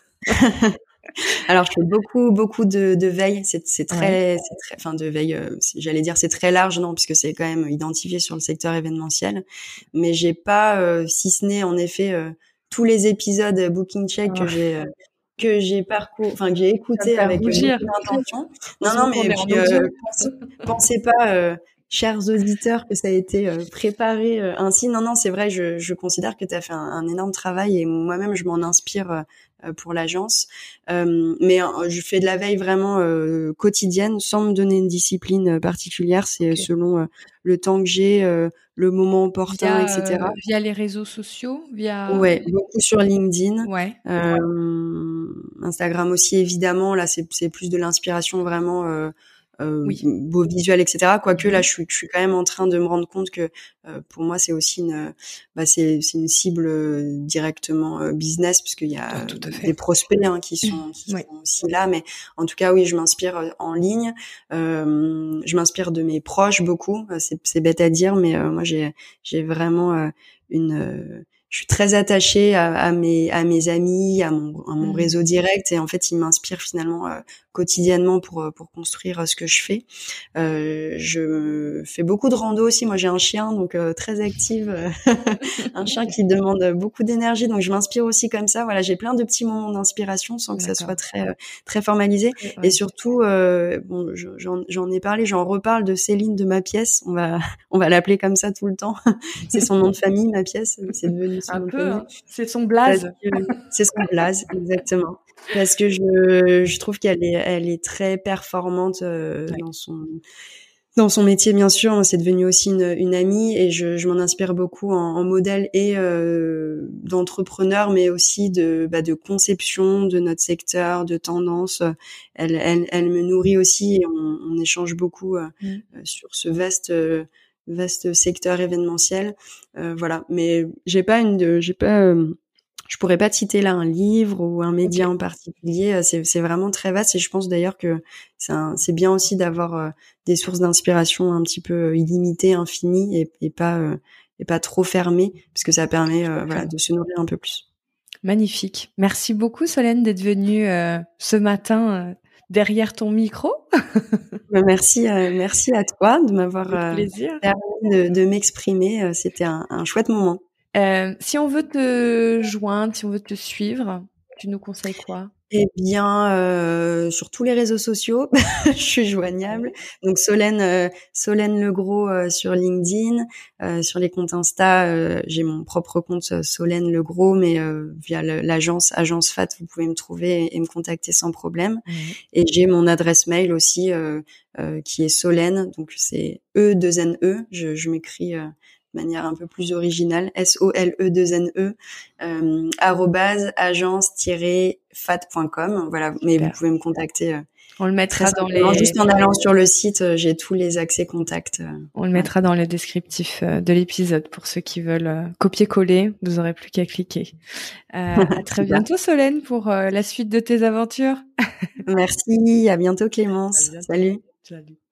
Alors je fais beaucoup beaucoup de, de veille, c'est, c'est très, ouais. c'est très, enfin de veille, euh, j'allais dire c'est très large, non, puisque c'est quand même identifié sur le secteur événementiel, mais j'ai pas, euh, si ce n'est en effet euh, tous les épisodes Booking Check oh. que j'ai euh, que j'ai parcours, enfin que j'ai écouté avec beaucoup d'intention. Non non, mais puis, euh, pensez, pensez pas. Euh, chers auditeurs, que ça a été euh, préparé euh, ainsi. Non, non, c'est vrai, je, je considère que tu as fait un, un énorme travail et moi-même, je m'en inspire euh, pour l'agence. Euh, mais euh, je fais de la veille vraiment euh, quotidienne, sans me donner une discipline particulière. C'est okay. selon euh, le temps que j'ai, euh, le moment opportun, via, et cetera. Euh, via les réseaux sociaux, via. Ouais, beaucoup sur LinkedIn. Ouais. Euh, Instagram aussi, évidemment. Là, c'est, c'est plus de l'inspiration vraiment. Euh, Euh, oui. beau visuel, et cetera. Quoique là, je suis, je suis quand même en train de me rendre compte que euh, pour moi, c'est aussi une, bah, c'est, c'est une cible euh, directement euh, business, puisqu'il y a oh, des prospects hein, qui sont, qui oui. sont aussi là. Mais en tout cas, oui, je m'inspire en ligne. Euh, je m'inspire de mes proches beaucoup. C'est, c'est bête à dire, mais euh, moi, j'ai, j'ai vraiment euh, une euh, je suis très attachée à, à mes à mes amis, à mon à mon mmh. réseau direct, et en fait, ils m'inspirent finalement euh, quotidiennement pour pour construire ce que je fais. Euh, je fais beaucoup de rando aussi. Moi, j'ai un chien, donc euh, très active, un chien qui demande beaucoup d'énergie, donc je m'inspire aussi comme ça. Voilà, j'ai plein de petits moments d'inspiration sans que D'accord. ça soit très très formalisé. Ouais, ouais. Et surtout, euh, bon, j'en, j'en ai parlé, j'en reparle de Céline de ma pièce. On va on va l'appeler comme ça tout le temps. C'est son nom de famille, ma pièce. C'est devenu son un nom peu, de famille. Hein. C'est son blaze. C'est son blaze, exactement. Parce que je je trouve qu'elle est elle est très performante euh, ouais. dans son dans son métier, bien sûr. C'est devenu aussi une, une amie, et je, je m'en inspire beaucoup en, en modèle et euh, d'entrepreneur, mais aussi de bah, de conception de notre secteur, de tendance. Elle elle elle me nourrit aussi, et on, on échange beaucoup euh, mmh. sur ce vaste euh, vaste secteur événementiel. Euh, voilà, mais j'ai pas une j'ai pas euh, je pourrais pas te citer là un livre ou un média okay. en particulier. C'est, c'est vraiment très vaste, et je pense d'ailleurs que c'est, un, c'est bien aussi d'avoir euh, des sources d'inspiration un petit peu illimitées, infinies, et, et pas euh, et pas trop fermées, parce que ça permet euh, voilà, de se nourrir un peu plus. Magnifique. Merci beaucoup, Solène, d'être venue euh, ce matin euh, derrière ton micro. Merci, euh, merci à toi de m'avoir euh, permis de, de m'exprimer. C'était un, un chouette moment. Euh, si on veut te joindre, si on veut te suivre, tu nous conseilles quoi? Eh bien, euh, sur tous les réseaux sociaux, je suis joignable. Donc Solène, euh, Solène Legros euh, sur LinkedIn, euh, sur les comptes Insta, euh, j'ai mon propre compte euh, Solène Legros, mais euh, via le, l'agence Agence F A T, vous pouvez me trouver et, et me contacter sans problème. Mmh. Et j'ai mon adresse mail aussi euh, euh, qui est Solène, donc c'est E deux N E. Je, je m'écris euh, de manière un peu plus originale, S O L E deux N E, euh, arrobase agence-fat point com. Voilà, mais Super. Vous pouvez me contacter. Euh, On le mettra dans les... Juste en allant sur le site, euh, j'ai tous les accès contacts. Euh, On le mettra ouais. dans le descriptif euh, de l'épisode pour ceux qui veulent euh, copier-coller. Vous aurez plus qu'à cliquer. Euh, à très bientôt, Solène, pour euh, la suite de tes aventures. Merci, à bientôt, Clémence. À bientôt. Salut. Salut.